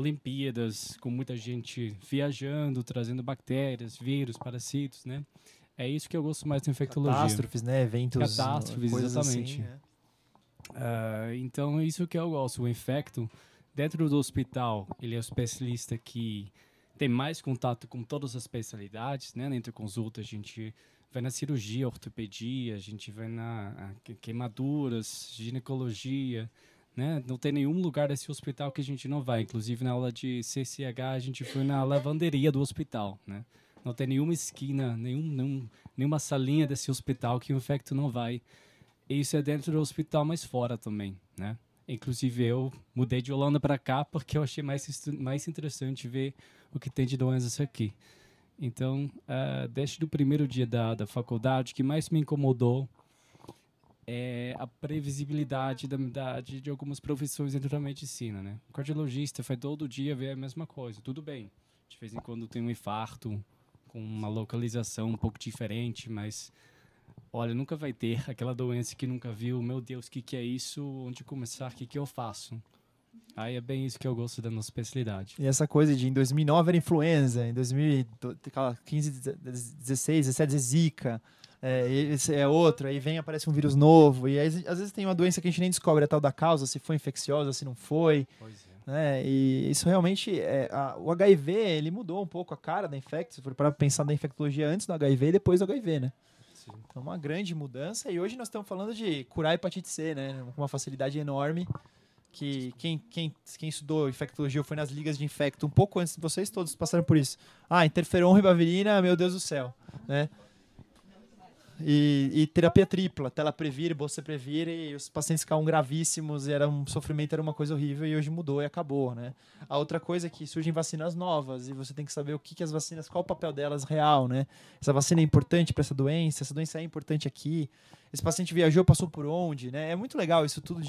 Olimpíadas, com muita gente viajando, trazendo bactérias, vírus, parasitos, né? É isso que eu gosto mais da infectologia. Catástrofes, né? Eventos, Catástrofes, coisas exatamente. assim, né? Então, isso que eu gosto. O infecto, dentro do hospital, ele é o especialista que tem mais contato com todas as especialidades, né? Entre consultas, a gente vai na cirurgia, ortopedia, a gente vai na queimaduras, ginecologia, né? Não tem nenhum lugar desse hospital que a gente não vai. Inclusive, na aula de CCH, a gente foi na lavanderia do hospital, né? Não tem nenhuma esquina, nenhuma salinha desse hospital que o infecto não vai. E isso é dentro do hospital, mas fora também, né? Inclusive, eu mudei de Holanda para cá porque eu achei mais interessante ver o que tem de doenças aqui. Então, desde o primeiro dia da faculdade, o que mais me incomodou é a previsibilidade de algumas profissões dentro da medicina, né? O cardiologista vai todo dia ver a mesma coisa. Tudo bem, de vez em quando tem um infarto com uma localização um pouco diferente, mas, olha, nunca vai ter aquela doença que nunca viu. Meu Deus, o que é isso? Onde começar? O que eu faço? Aí é bem isso que eu gosto da nossa especialidade. E essa coisa de em 2009 era influenza, em 2015, 16, 17 é zika, esse é outro, aí aparece um vírus novo, e aí, às vezes tem uma doença que a gente nem descobre a tal da causa, se foi infecciosa, se não foi. Pois é. Né? E isso realmente, o HIV, ele mudou um pouco a cara da infecto, se for para pensar na infectologia antes do HIV e depois do HIV, né? Sim. Então, uma grande mudança, e hoje nós estamos falando de curar a hepatite C, né? Com uma facilidade enorme, que quem estudou infectologia foi nas ligas de infecto um pouco antes de vocês, todos passaram por isso. Interferon, ribavirina, meu Deus do céu, né? E terapia tripla, telaprevir, boceprevir, e os pacientes ficavam gravíssimos, era um sofrimento, era uma coisa horrível, e hoje mudou e acabou, né? A outra coisa é que surgem vacinas novas, e você tem que saber o que as vacinas, qual o papel delas real, né? Essa vacina é importante para essa doença é importante aqui, esse paciente viajou, passou por onde, né? É muito legal isso tudo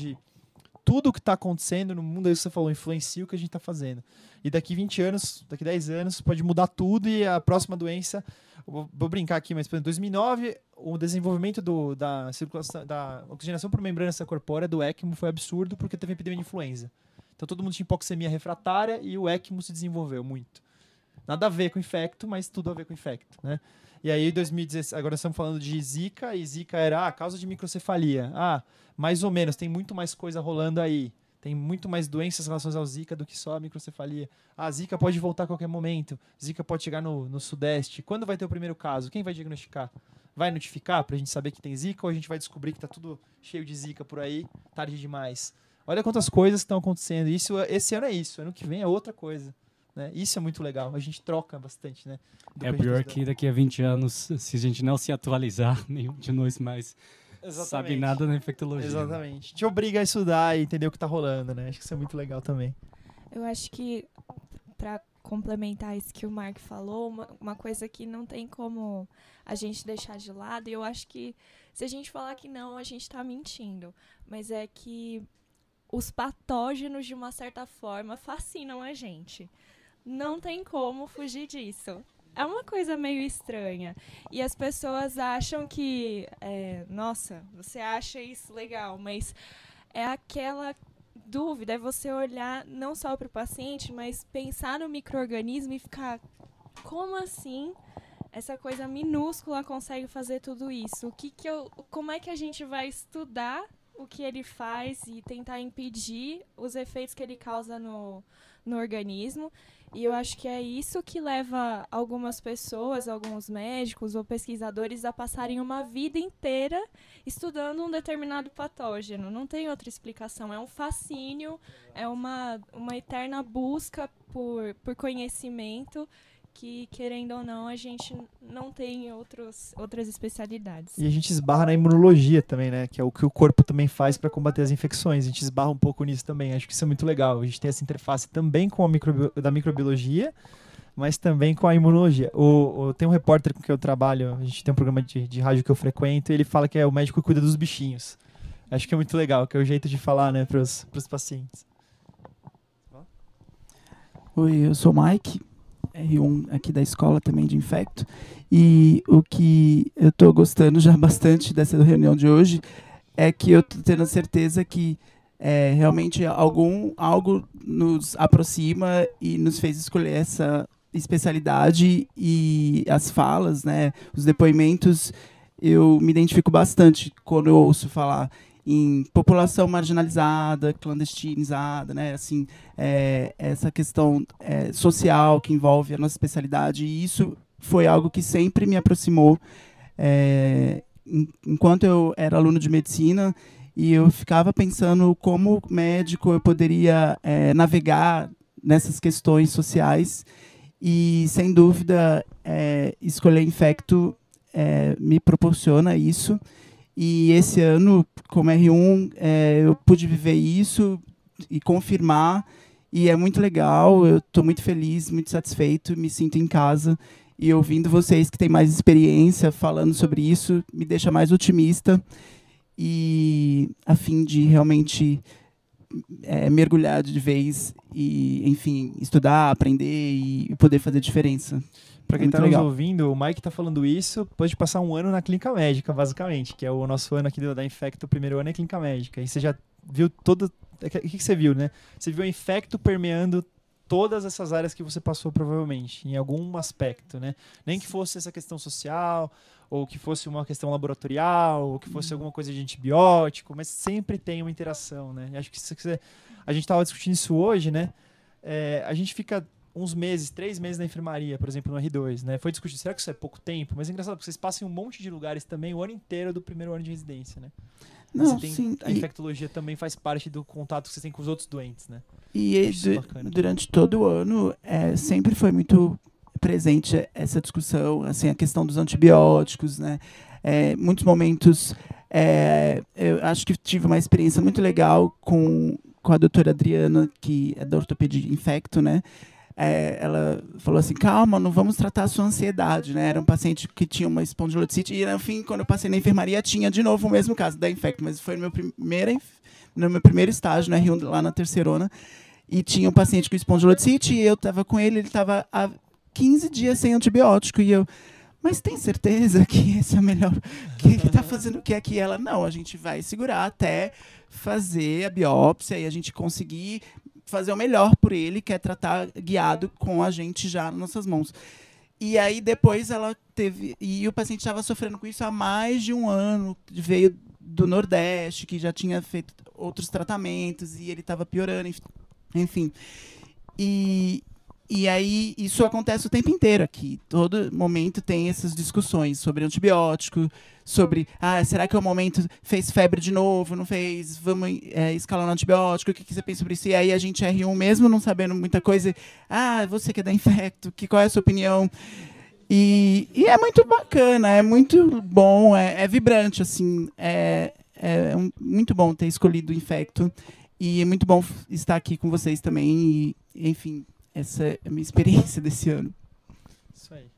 tudo que está acontecendo no mundo, aí você falou, influencia o que a gente está fazendo. E daqui 20 anos, daqui 10 anos, pode mudar tudo e a próxima doença... Vou brincar aqui, mas em 2009, o desenvolvimento da circulação, da oxigenação por membrana extracorpórea do ECMO foi absurdo porque teve epidemia de influenza. Então todo mundo tinha hipoxemia refratária e o ECMO se desenvolveu muito. Nada a ver com infecto, mas tudo a ver com infecto, né? E aí, em 2016, agora nós estamos falando de Zika, e Zika era a causa de microcefalia. Mais ou menos, tem muito mais coisa rolando aí. Tem muito mais doenças relacionadas ao Zika do que só a microcefalia. Zika pode voltar a qualquer momento. Zika pode chegar no Sudeste. Quando vai ter o primeiro caso? Quem vai diagnosticar? Vai notificar pra gente saber que tem Zika ou a gente vai descobrir que tá tudo cheio de Zika por aí, tarde demais? Olha quantas coisas estão acontecendo. Esse ano é isso. Ano que vem é outra coisa. Né? Isso é muito legal. A gente troca bastante, né? É pior que daqui a 20 anos, se a gente não se atualizar, nenhum de nós mais... sabe nada na infectologia. Exatamente. Te obriga a estudar e entender o que está rolando, né? Acho que isso é muito legal também. Eu acho que, para complementar isso que o Mark falou, uma coisa que não tem como a gente deixar de lado, e eu acho que se a gente falar que não, a gente está mentindo, mas é que os patógenos, de uma certa forma, fascinam a gente. Não tem como fugir disso. É uma coisa meio estranha. E as pessoas acham que... nossa, você acha isso legal, mas é aquela dúvida, é você olhar não só para o paciente, mas pensar no micro-organismo e ficar... Como assim essa coisa minúscula consegue fazer tudo isso? Como é que a gente vai estudar o que ele faz e tentar impedir os efeitos que ele causa no organismo? E eu acho que é isso que leva algumas pessoas, alguns médicos ou pesquisadores a passarem uma vida inteira estudando um determinado patógeno. Não tem outra explicação. É um fascínio, é uma eterna busca por conhecimento que, querendo ou não, a gente não tem outras especialidades. E a gente esbarra na imunologia também, né? Que é o que o corpo também faz para combater as infecções. A gente esbarra um pouco nisso também. Acho que isso é muito legal. A gente tem essa interface também com da microbiologia, mas também com a imunologia. Tem um repórter com quem eu trabalho, a gente tem um programa de rádio que eu frequento, e ele fala que é o médico que cuida dos bichinhos. Acho que é muito legal, que é o jeito de falar, né, para os pacientes. Oi, eu sou o Mike, R1 aqui da escola também de infecto, e o que eu estou gostando já bastante dessa reunião de hoje é que eu estou tendo certeza que realmente algo nos aproxima e nos fez escolher especialidade e as falas, né, os depoimentos, eu me identifico bastante quando eu ouço falar em população marginalizada, clandestinizada, né, assim, essa questão social que envolve a nossa especialidade, e isso foi algo que sempre me aproximou enquanto eu era aluno de medicina, e eu ficava pensando como médico eu poderia navegar nessas questões sociais, e, sem dúvida, escolher Infecto me proporciona isso. E esse ano, como R1, eu pude viver isso e confirmar, e é muito legal, eu estou muito feliz, muito satisfeito, me sinto em casa, e ouvindo vocês que têm mais experiência falando sobre isso, me deixa mais otimista, e a fim de realmente mergulhar de vez e, enfim, estudar, aprender e poder fazer diferença. Para quem está nos ouvindo, o Mike está falando isso depois de passar um ano na clínica médica, basicamente, que é o nosso ano aqui da Infecto, o primeiro ano é clínica médica. E você já viu todo... O que você viu, né? Você viu a Infecto permeando todas essas áreas que você passou, provavelmente, em algum aspecto, né? Nem que fosse essa questão social, ou que fosse uma questão laboratorial, ou que fosse alguma coisa de antibiótico, mas sempre tem uma interação, né? Acho que a gente estava discutindo isso hoje, né? A gente fica uns meses, 3 meses na enfermaria, por exemplo, no R2, né? Foi discutir, será que isso é pouco tempo? Mas é engraçado, porque vocês passam em um monte de lugares também o ano inteiro do primeiro ano de residência, né? Não, sim. A infectologia também faz parte do contato que vocês têm com os outros doentes, né? E durante todo o ano sempre foi muito presente essa discussão, assim, a questão dos antibióticos, né? Muitos momentos, eu acho que tive uma experiência muito legal com a doutora Adriana, que é da ortopedia Infecto, né? Ela falou assim, calma, não vamos tratar a sua ansiedade, né? Era um paciente que tinha uma espondilocite, e, no fim, quando eu passei na enfermaria, tinha de novo o mesmo caso da Infecto, mas foi no meu primeiro estágio, né, lá na terceirona, e tinha um paciente com espondilocite, e eu estava com ele estava há 15 dias sem antibiótico, e eu, mas tem certeza que esse é o melhor? Que está fazendo o que aqui? Ela, não, a gente vai segurar até fazer a biópsia e a gente conseguir fazer o melhor por ele, que é tratar guiado com a gente já nas nossas mãos. E aí depois ela teve... E o paciente estava sofrendo com isso há mais de um ano, veio do Nordeste, que já tinha feito outros tratamentos, e ele estava piorando, enfim. E aí isso acontece o tempo inteiro aqui. Todo momento tem essas discussões sobre antibiótico, sobre, será que o momento fez febre de novo, não fez? Vamos escalar no antibiótico, o que você pensa sobre isso? E aí a gente R1, mesmo não sabendo muita coisa, você que é da Infecto, qual é a sua opinião? E é muito bacana, é muito bom, é vibrante, assim, muito bom ter escolhido o Infecto, e é muito bom estar aqui com vocês também, e, enfim... Essa é a minha experiência desse ano. Isso aí.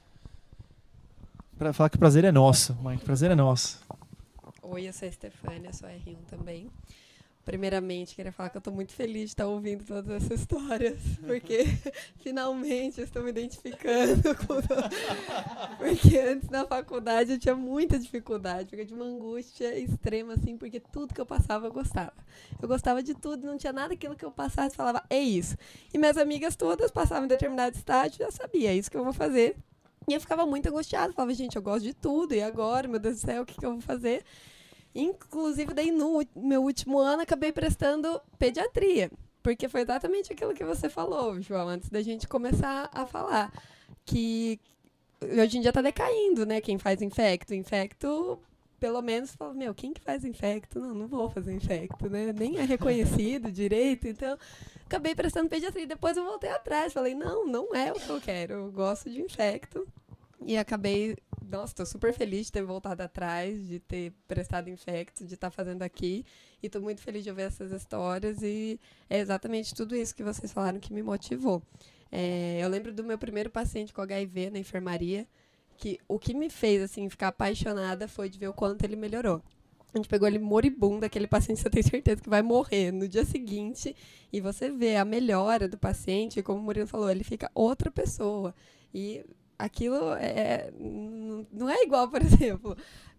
Para falar que o prazer é nosso, Mike, o prazer é nosso. Oi, eu sou a Estefânia, sou a R1 também. Primeiramente, queria falar que eu estou muito feliz de estar ouvindo todas essas histórias, porque finalmente eu estou me identificando porque antes na faculdade eu tinha muita dificuldade, porque eu tinha uma angústia extrema, assim, porque tudo que eu passava eu gostava. Eu gostava de tudo, não tinha nada aquilo que eu passasse e falava, é isso. E minhas amigas todas passavam em determinado estágio, já sabia, é isso que eu vou fazer. E eu ficava muito angustiada, falava, gente, eu gosto de tudo, e agora, meu Deus do céu, o que eu vou fazer? Inclusive, daí no meu último ano, acabei prestando pediatria, porque foi exatamente aquilo que você falou, João, antes da gente começar a falar, que hoje em dia está decaindo, né, quem faz Infecto. Infecto, pelo menos, fala, quem que faz Infecto? Não vou fazer Infecto, né, nem é reconhecido direito, então acabei prestando pediatria. Depois eu voltei atrás, falei, não é o que eu quero, eu gosto de Infecto. E acabei, estou super feliz de ter voltado atrás, de ter prestado Infecto, de estar fazendo aqui. E estou muito feliz de ouvir essas histórias, e é exatamente tudo isso que vocês falaram que me motivou. Eu lembro do meu primeiro paciente com HIV na enfermaria, que o que me fez assim, ficar apaixonada foi de ver o quanto ele melhorou. A gente pegou ele moribundo, aquele paciente você tem certeza que vai morrer no dia seguinte, e você vê a melhora do paciente, e como o Murilo falou, ele fica outra pessoa. E aquilo não é igual, por exemplo,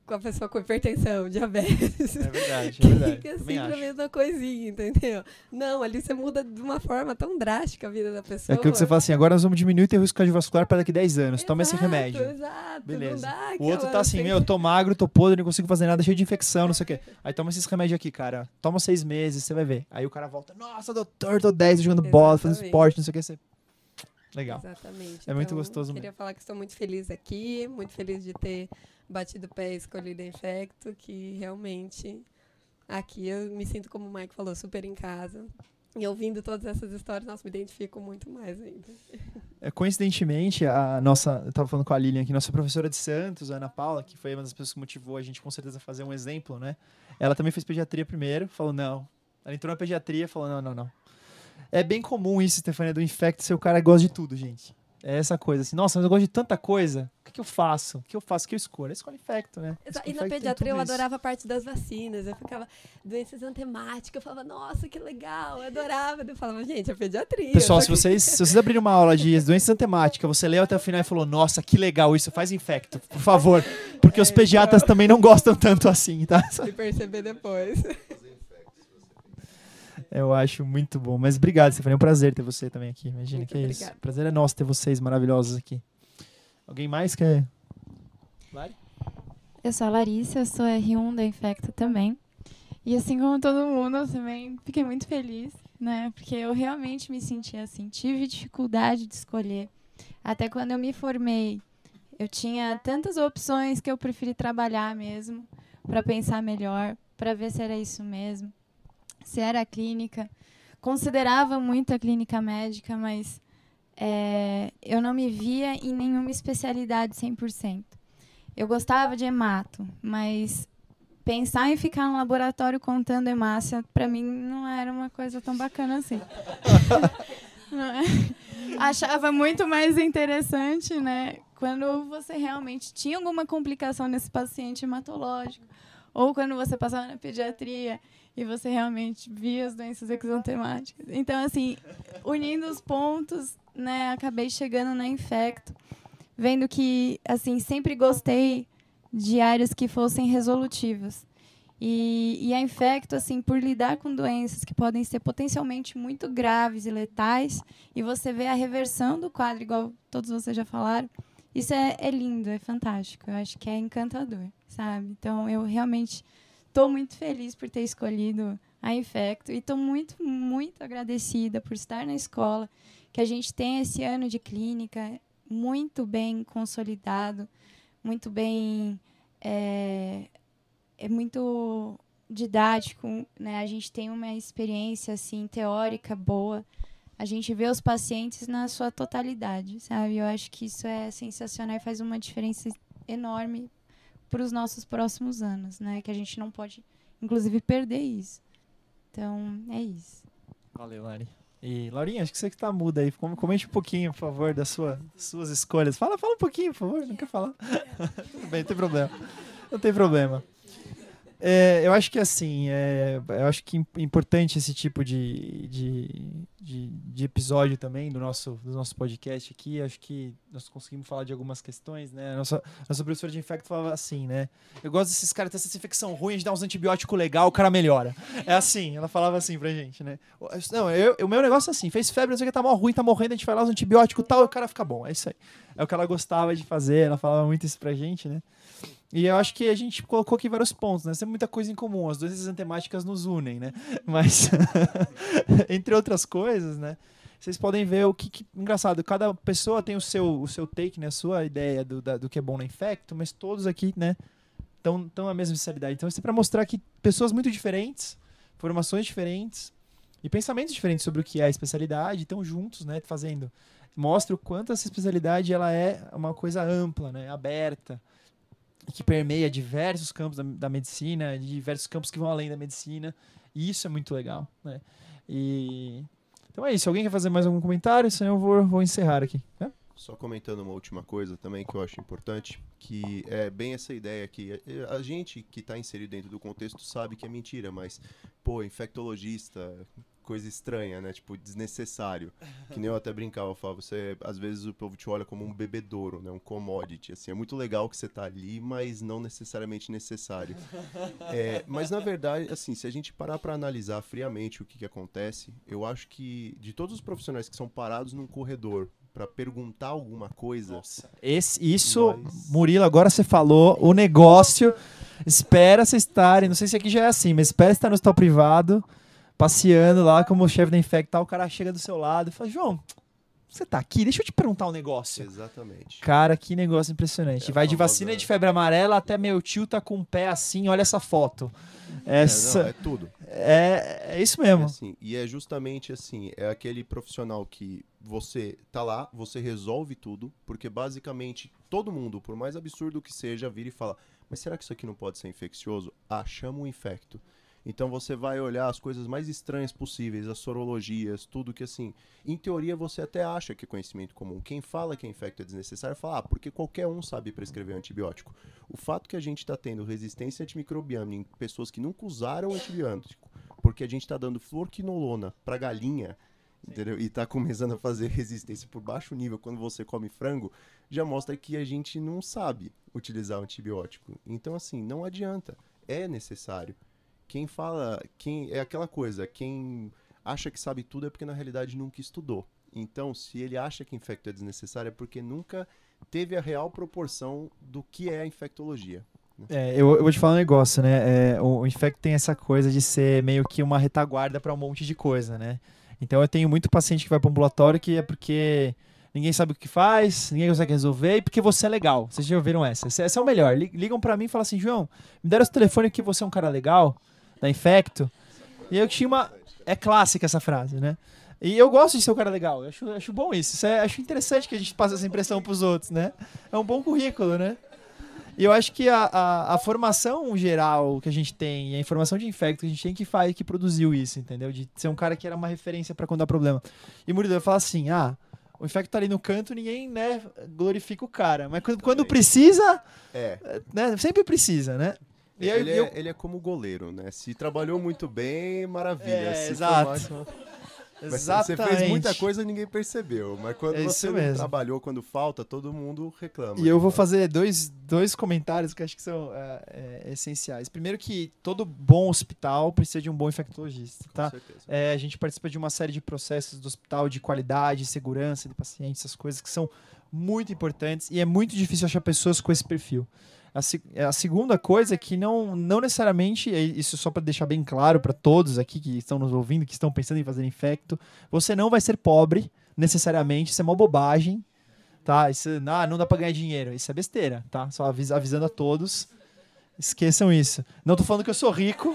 com a pessoa com hipertensão, diabetes. É verdade, é verdade. Que é Também sempre a acho. mesma coisinha, entendeu? Não, ali você muda de uma forma tão drástica a vida da É pessoa. aquilo que você fala assim, agora nós vamos diminuir o risco cardiovascular para daqui 10 anos. Toma esse Exato, remédio. Exato, Beleza. Não dá O outro tá aquela assim, eu tô magro, tô podre, não consigo fazer nada, cheio de infecção, não sei o quê. Aí toma esses remédios aqui, cara. Toma 6 meses, você vai ver. Aí o cara volta, nossa, doutor, tô 10, jogando bola, fazendo Exatamente. esporte, não sei o que. Você... Legal. Exatamente. É muito Então, gostoso Queria mesmo. falar que estou muito feliz aqui, muito feliz de ter batido o pé e escolhido a Infecto, que realmente aqui eu me sinto, como o Mike falou, super em casa. E ouvindo todas essas histórias, nossa, me identifico muito mais ainda. Coincidentemente, eu tava falando com a Lilian aqui, nossa professora de Santos, a Ana Paula, que foi uma das pessoas que motivou a gente com certeza a fazer um exemplo, né? Ela também fez pediatria primeiro, falou não. Ela entrou na pediatria e falou não. É bem comum isso, Stefania, do Infecto ser o cara que gosta de tudo, gente. É essa coisa assim, nossa, mas eu gosto de tanta coisa, o que eu faço? O que eu escolho? Eu escolho Infecto, né? E Infecto na tem pediatria eu tudo isso. adorava a parte das vacinas. Eu ficava doenças antemáticas. Eu falava, nossa, que legal, eu adorava. Eu falava, gente, é pediatria. Pessoal, só se que- vocês abrirem uma aula de doenças antemáticas, você leu até o final e falou, nossa, que legal isso, faz Infecto, por favor. Porque os pediatras também não gostam tanto assim, tá? E perceber depois. Eu acho muito bom. Mas obrigado, Stefania. É um prazer ter você também aqui. Imagina Muito que é isso. obrigada. O prazer é nosso ter vocês maravilhosos aqui. Alguém mais quer? Lari? Eu sou a Larissa, eu sou R1 da Infecto também. E assim como todo mundo, eu também fiquei muito feliz, né? Porque eu realmente me senti assim, tive dificuldade de escolher. Até quando eu me formei, eu tinha tantas opções que eu preferi trabalhar mesmo, para pensar melhor, para ver se era isso mesmo, se era a clínica. Considerava muito a clínica médica, mas eu não me via em nenhuma especialidade 100%. Eu gostava de hemato, mas pensar em ficar no laboratório contando hemácia, para mim, não era uma coisa tão bacana assim. Não é? Achava muito mais interessante, né, quando você realmente tinha alguma complicação nesse paciente hematológico, ou quando você passava na pediatria e você realmente via as doenças exantemáticas. Então, assim, unindo os pontos, né, acabei chegando na Infecto, vendo que, assim, sempre gostei de áreas que fossem resolutivas. E a Infecto, assim, por lidar com doenças que podem ser potencialmente muito graves e letais, e você vê a reversão do quadro, igual todos vocês já falaram, isso é lindo, é fantástico. Eu acho que é encantador, sabe? Então, eu realmente estou muito feliz por ter escolhido a Infecto e estou muito, muito agradecida por estar na escola, que a gente tem esse ano de clínica muito bem consolidado, muito bem... É muito didático, né? A gente tem uma experiência assim teórica boa. A gente vê os pacientes na sua totalidade, sabe? Eu acho que isso é sensacional e faz uma diferença enorme para os nossos próximos anos, né? Que a gente não pode, inclusive, perder isso. Então, é isso. Valeu, Lari. E, Laurinha, acho que você que tá muda aí. Comente um pouquinho, por favor, das suas escolhas. Fala um pouquinho, por favor. Não quer falar? Tudo bem, não tem problema. Não tem problema. Eu acho que assim, eu acho que é importante esse tipo de episódio também do nosso podcast aqui. Acho que nós conseguimos falar de algumas questões, né? Nossa professora de Infecto falava assim, né? Eu gosto desses caras ter essa infecção ruim, a gente dá uns antibióticos legal, o cara melhora. É assim, ela falava assim pra gente, né? Não, o meu negócio é assim, fez febre, não sei o que, tá mal ruim, tá morrendo, a gente vai lá, os antibióticos e tal, e o cara fica bom. É isso aí. É o que ela gostava de fazer, ela falava muito isso pra gente, né? E eu acho que a gente colocou aqui vários pontos, né? Tem muita coisa em comum, as doenças antemáticas nos unem, né? Mas, entre outras coisas, né? Vocês podem ver o que... Engraçado, cada pessoa tem o seu take, né? A sua ideia do que é bom na Infecto, mas todos aqui, né? Estão na mesma especialidade. Então, isso é para mostrar que pessoas muito diferentes, formações diferentes e pensamentos diferentes sobre o que é a especialidade estão juntos, né? Fazendo. Mostra o quanto essa especialidade ela é uma coisa ampla, né? Aberta. Que permeia diversos campos da medicina, diversos campos que vão além da medicina, e isso é muito legal, né? Então é isso, alguém quer fazer mais algum comentário? Senão eu vou encerrar aqui, né? Só comentando uma última coisa também que eu acho importante, que é bem essa ideia que a gente que está inserido dentro do contexto sabe que é mentira, mas, pô, infectologista, coisa estranha, né? Tipo, desnecessário. Que nem eu até brincava, eu falava, às vezes o povo te olha como um bebedouro, né? Um commodity, assim. É muito legal que você tá ali, mas não necessariamente necessário. Mas, na verdade, assim, se a gente parar pra analisar friamente o que acontece, eu acho que de todos os profissionais que são parados num corredor pra perguntar alguma coisa... Nossa, Murilo, agora você falou, o negócio... Espera vocês estarem, não sei se aqui já é assim, mas espera estar no hospital privado, passeando lá como chefe da Infecta, o cara chega do seu lado e fala, João, você tá aqui? Deixa eu te perguntar um negócio. Exatamente. Cara, que negócio impressionante. Vai de vacina de febre amarela até meu tio tá com o pé assim, olha essa foto. É tudo. É isso mesmo. Assim, e é justamente assim, é aquele profissional que você tá lá, você resolve tudo, porque basicamente todo mundo, por mais absurdo que seja, vira e fala, mas será que isso aqui não pode ser infeccioso? Ah, chama um infecto. Então você vai olhar as coisas mais estranhas possíveis, as sorologias, tudo que assim, em teoria você até acha que é conhecimento comum. Quem fala que infecto é desnecessário fala, porque qualquer um sabe prescrever antibiótico. O fato que a gente está tendo resistência antimicrobiana em pessoas que nunca usaram antibiótico, porque a gente está dando fluorquinolona para galinha, entendeu? E tá começando a fazer resistência por baixo nível quando você come frango, já mostra que a gente não sabe utilizar o antibiótico. Então, assim, não adianta. É necessário. É aquela coisa, quem acha que sabe tudo é porque na realidade nunca estudou. Então, se ele acha que infecto é desnecessário é porque nunca teve a real proporção do que é a infectologia. Eu vou te falar um negócio, né? O infecto tem essa coisa de ser meio que uma retaguarda para um monte de coisa, né? Então eu tenho muito paciente que vai para o ambulatório que é porque ninguém sabe o que faz, ninguém consegue resolver e porque você é legal. Vocês já ouviram essa? Essa é o melhor. Ligam para mim e falam assim, João, me deram esse telefone que você é um cara legal, da Infecto. E eu tinha uma... É clássica essa frase, né? E eu gosto de ser um cara legal. Eu acho bom isso. Acho interessante que a gente passe essa impressão pros outros, né? É um bom currículo, né? E eu acho que a formação geral que a gente tem, e a informação de Infecto que a gente tem que produziu isso, entendeu? De ser um cara que era uma referência pra quando dá problema. E Murilo vai falar assim, o Infecto tá ali no canto, ninguém, né, glorifica o cara. Mas quando precisa, né, sempre precisa, né? E ele é como goleiro, né? Se trabalhou muito bem, maravilha. Exato. Você fez muita coisa e ninguém percebeu. Mas quando você não trabalhou, quando falta, todo mundo reclama. E eu vou fazer dois comentários que acho que são essenciais. Primeiro que todo bom hospital precisa de um bom infectologista, tá? Com certeza. A gente participa de uma série de processos do hospital de qualidade, segurança de pacientes, essas coisas que são muito importantes e é muito difícil achar pessoas com esse perfil. A segunda coisa é que não necessariamente, isso só para deixar bem claro para todos aqui que estão nos ouvindo, que estão pensando em fazer infecto, você não vai ser pobre necessariamente, isso é uma bobagem, tá? Isso, não dá para ganhar dinheiro, isso é besteira, tá? Só avisando a todos, esqueçam isso. Não tô falando que eu sou rico.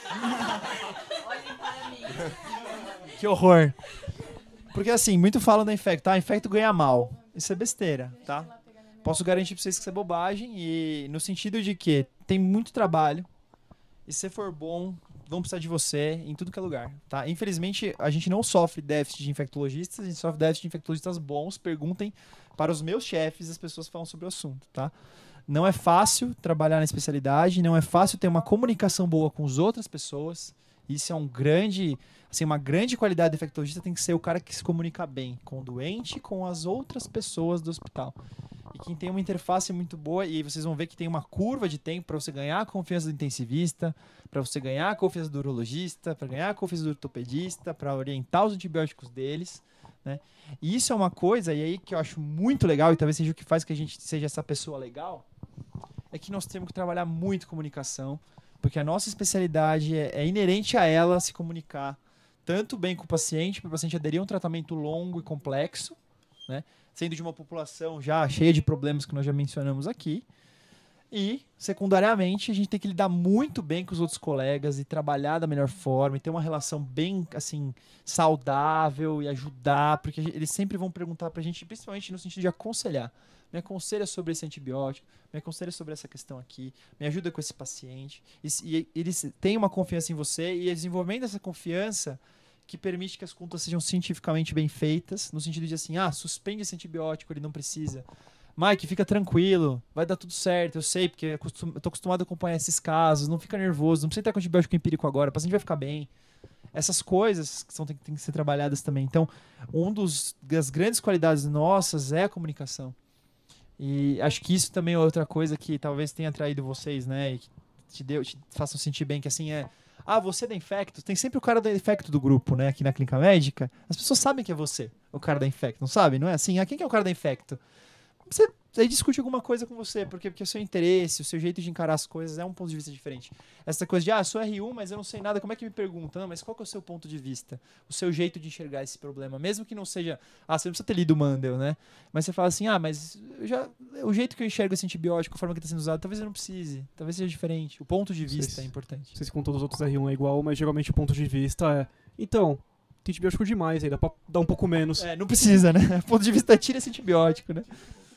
Olhem para mim. Que horror. Porque assim, muito falam da infecto, tá? Infecto ganha mal, isso é besteira, tá? Posso garantir pra vocês que isso é bobagem e no sentido de que tem muito trabalho e se você for bom, vão precisar de você em tudo que é lugar, tá? Infelizmente, a gente não sofre déficit de infectologistas, a gente sofre déficit de infectologistas bons. Perguntem para os meus chefes, as pessoas falam sobre o assunto, tá? Não é fácil trabalhar na especialidade, não é fácil ter uma comunicação boa com as outras pessoas. Isso é uma grande qualidade do infectologista tem que ser o cara que se comunica bem com o doente e com as outras pessoas do hospital. E quem tem uma interface muito boa, e vocês vão ver que tem uma curva de tempo para você ganhar a confiança do intensivista, para você ganhar a confiança do urologista, para ganhar a confiança do ortopedista, para orientar os antibióticos deles, né? E isso é uma coisa, e aí que eu acho muito legal, e talvez seja o que faz que a gente seja essa pessoa legal, é que nós temos que trabalhar muito comunicação, porque a nossa especialidade é inerente a ela se comunicar tanto bem com o paciente, para o paciente aderir a um tratamento longo e complexo, né? Sendo de uma população já cheia de problemas que nós já mencionamos aqui. E, secundariamente, a gente tem que lidar muito bem com os outros colegas e trabalhar da melhor forma e ter uma relação bem, assim, saudável e ajudar, porque eles sempre vão perguntar pra gente, principalmente no sentido de aconselhar. Me aconselha sobre esse antibiótico, me aconselha sobre essa questão aqui, me ajuda com esse paciente. E eles têm uma confiança em você e o desenvolvimento dessa confiança que permite que as contas sejam cientificamente bem feitas, no sentido de assim, suspende esse antibiótico, ele não precisa. Mike, fica tranquilo, vai dar tudo certo, eu sei, porque eu tô acostumado a acompanhar esses casos, não fica nervoso, não precisa estar com antibiótico empírico agora, o paciente vai ficar bem. essas coisas que tem que ser trabalhadas também. Então, das grandes qualidades nossas é a comunicação. E acho que isso também é outra coisa que talvez tenha atraído vocês, né? E que te façam sentir bem, que assim você é da Infecto, tem sempre o cara da Infecto do grupo, né? Aqui na Clínica Médica, as pessoas sabem que é você, o cara da Infecto, não sabe? Não é assim? Quem que é o cara da Infecto? Você aí discute alguma coisa com você, porque o seu interesse, o seu jeito de encarar as coisas é um ponto de vista diferente. Essa coisa de, sou R1, mas eu não sei nada, como é que me perguntam? Mas qual que é o seu ponto de vista? O seu jeito de enxergar esse problema? Mesmo que não seja, você não precisa ter lido o Mandel, né? Mas você fala assim, mas o jeito que eu enxergo esse antibiótico, a forma que está sendo usado, talvez eu não precise, talvez seja diferente. O ponto de vista é importante. Não sei se com todos os outros R1 é igual, mas geralmente o ponto de vista é, então, tem antibiótico demais aí, dá pra dar um pouco menos. Não precisa, né? O ponto de vista tira esse antibiótico, né?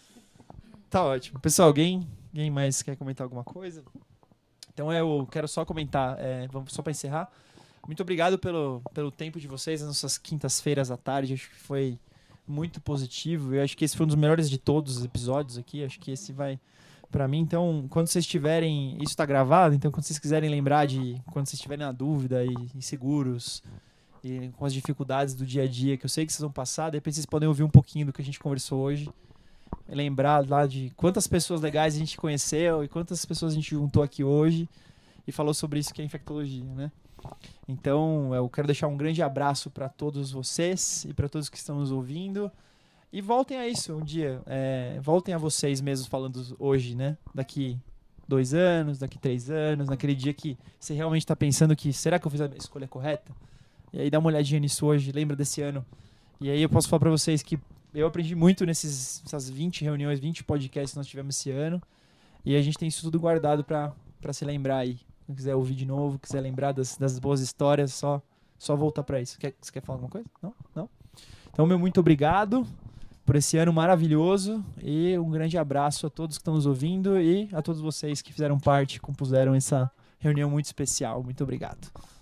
Tá ótimo. Pessoal, alguém mais quer comentar alguma coisa? Então eu quero só comentar, vamos só para encerrar. Muito obrigado pelo tempo de vocês, as nossas quintas-feiras à tarde. Acho que foi muito positivo. Eu acho que esse foi um dos melhores de todos os episódios aqui. Acho que esse vai para mim. Então, quando vocês tiverem... Isso está gravado, então quando vocês quiserem lembrar de... Quando vocês estiverem na dúvida e inseguros e com as dificuldades do dia a dia, que eu sei que vocês vão passar, de repente vocês podem ouvir um pouquinho do que a gente conversou hoje. Lembrar lá de quantas pessoas legais a gente conheceu e quantas pessoas a gente juntou aqui hoje e falou sobre isso que é infectologia, né? Então, eu quero deixar um grande abraço para todos vocês e para todos que estão nos ouvindo. E voltem a isso um dia. Voltem a vocês mesmos falando hoje, né? Daqui 2 anos, daqui 3 anos, naquele dia que você realmente está pensando que será que eu fiz a escolha correta? E aí dá uma olhadinha nisso hoje, lembra desse ano. E aí eu posso falar para vocês que eu aprendi muito nessas 20 reuniões, 20 podcasts que nós tivemos esse ano. E a gente tem isso tudo guardado para se lembrar aí. Se quiser ouvir de novo, quiser lembrar das boas histórias, só voltar para isso. Você quer falar alguma coisa? Não? Então, meu muito obrigado por esse ano maravilhoso. E um grande abraço a todos que estão nos ouvindo e a todos vocês que fizeram parte, compuseram essa reunião muito especial. Muito obrigado.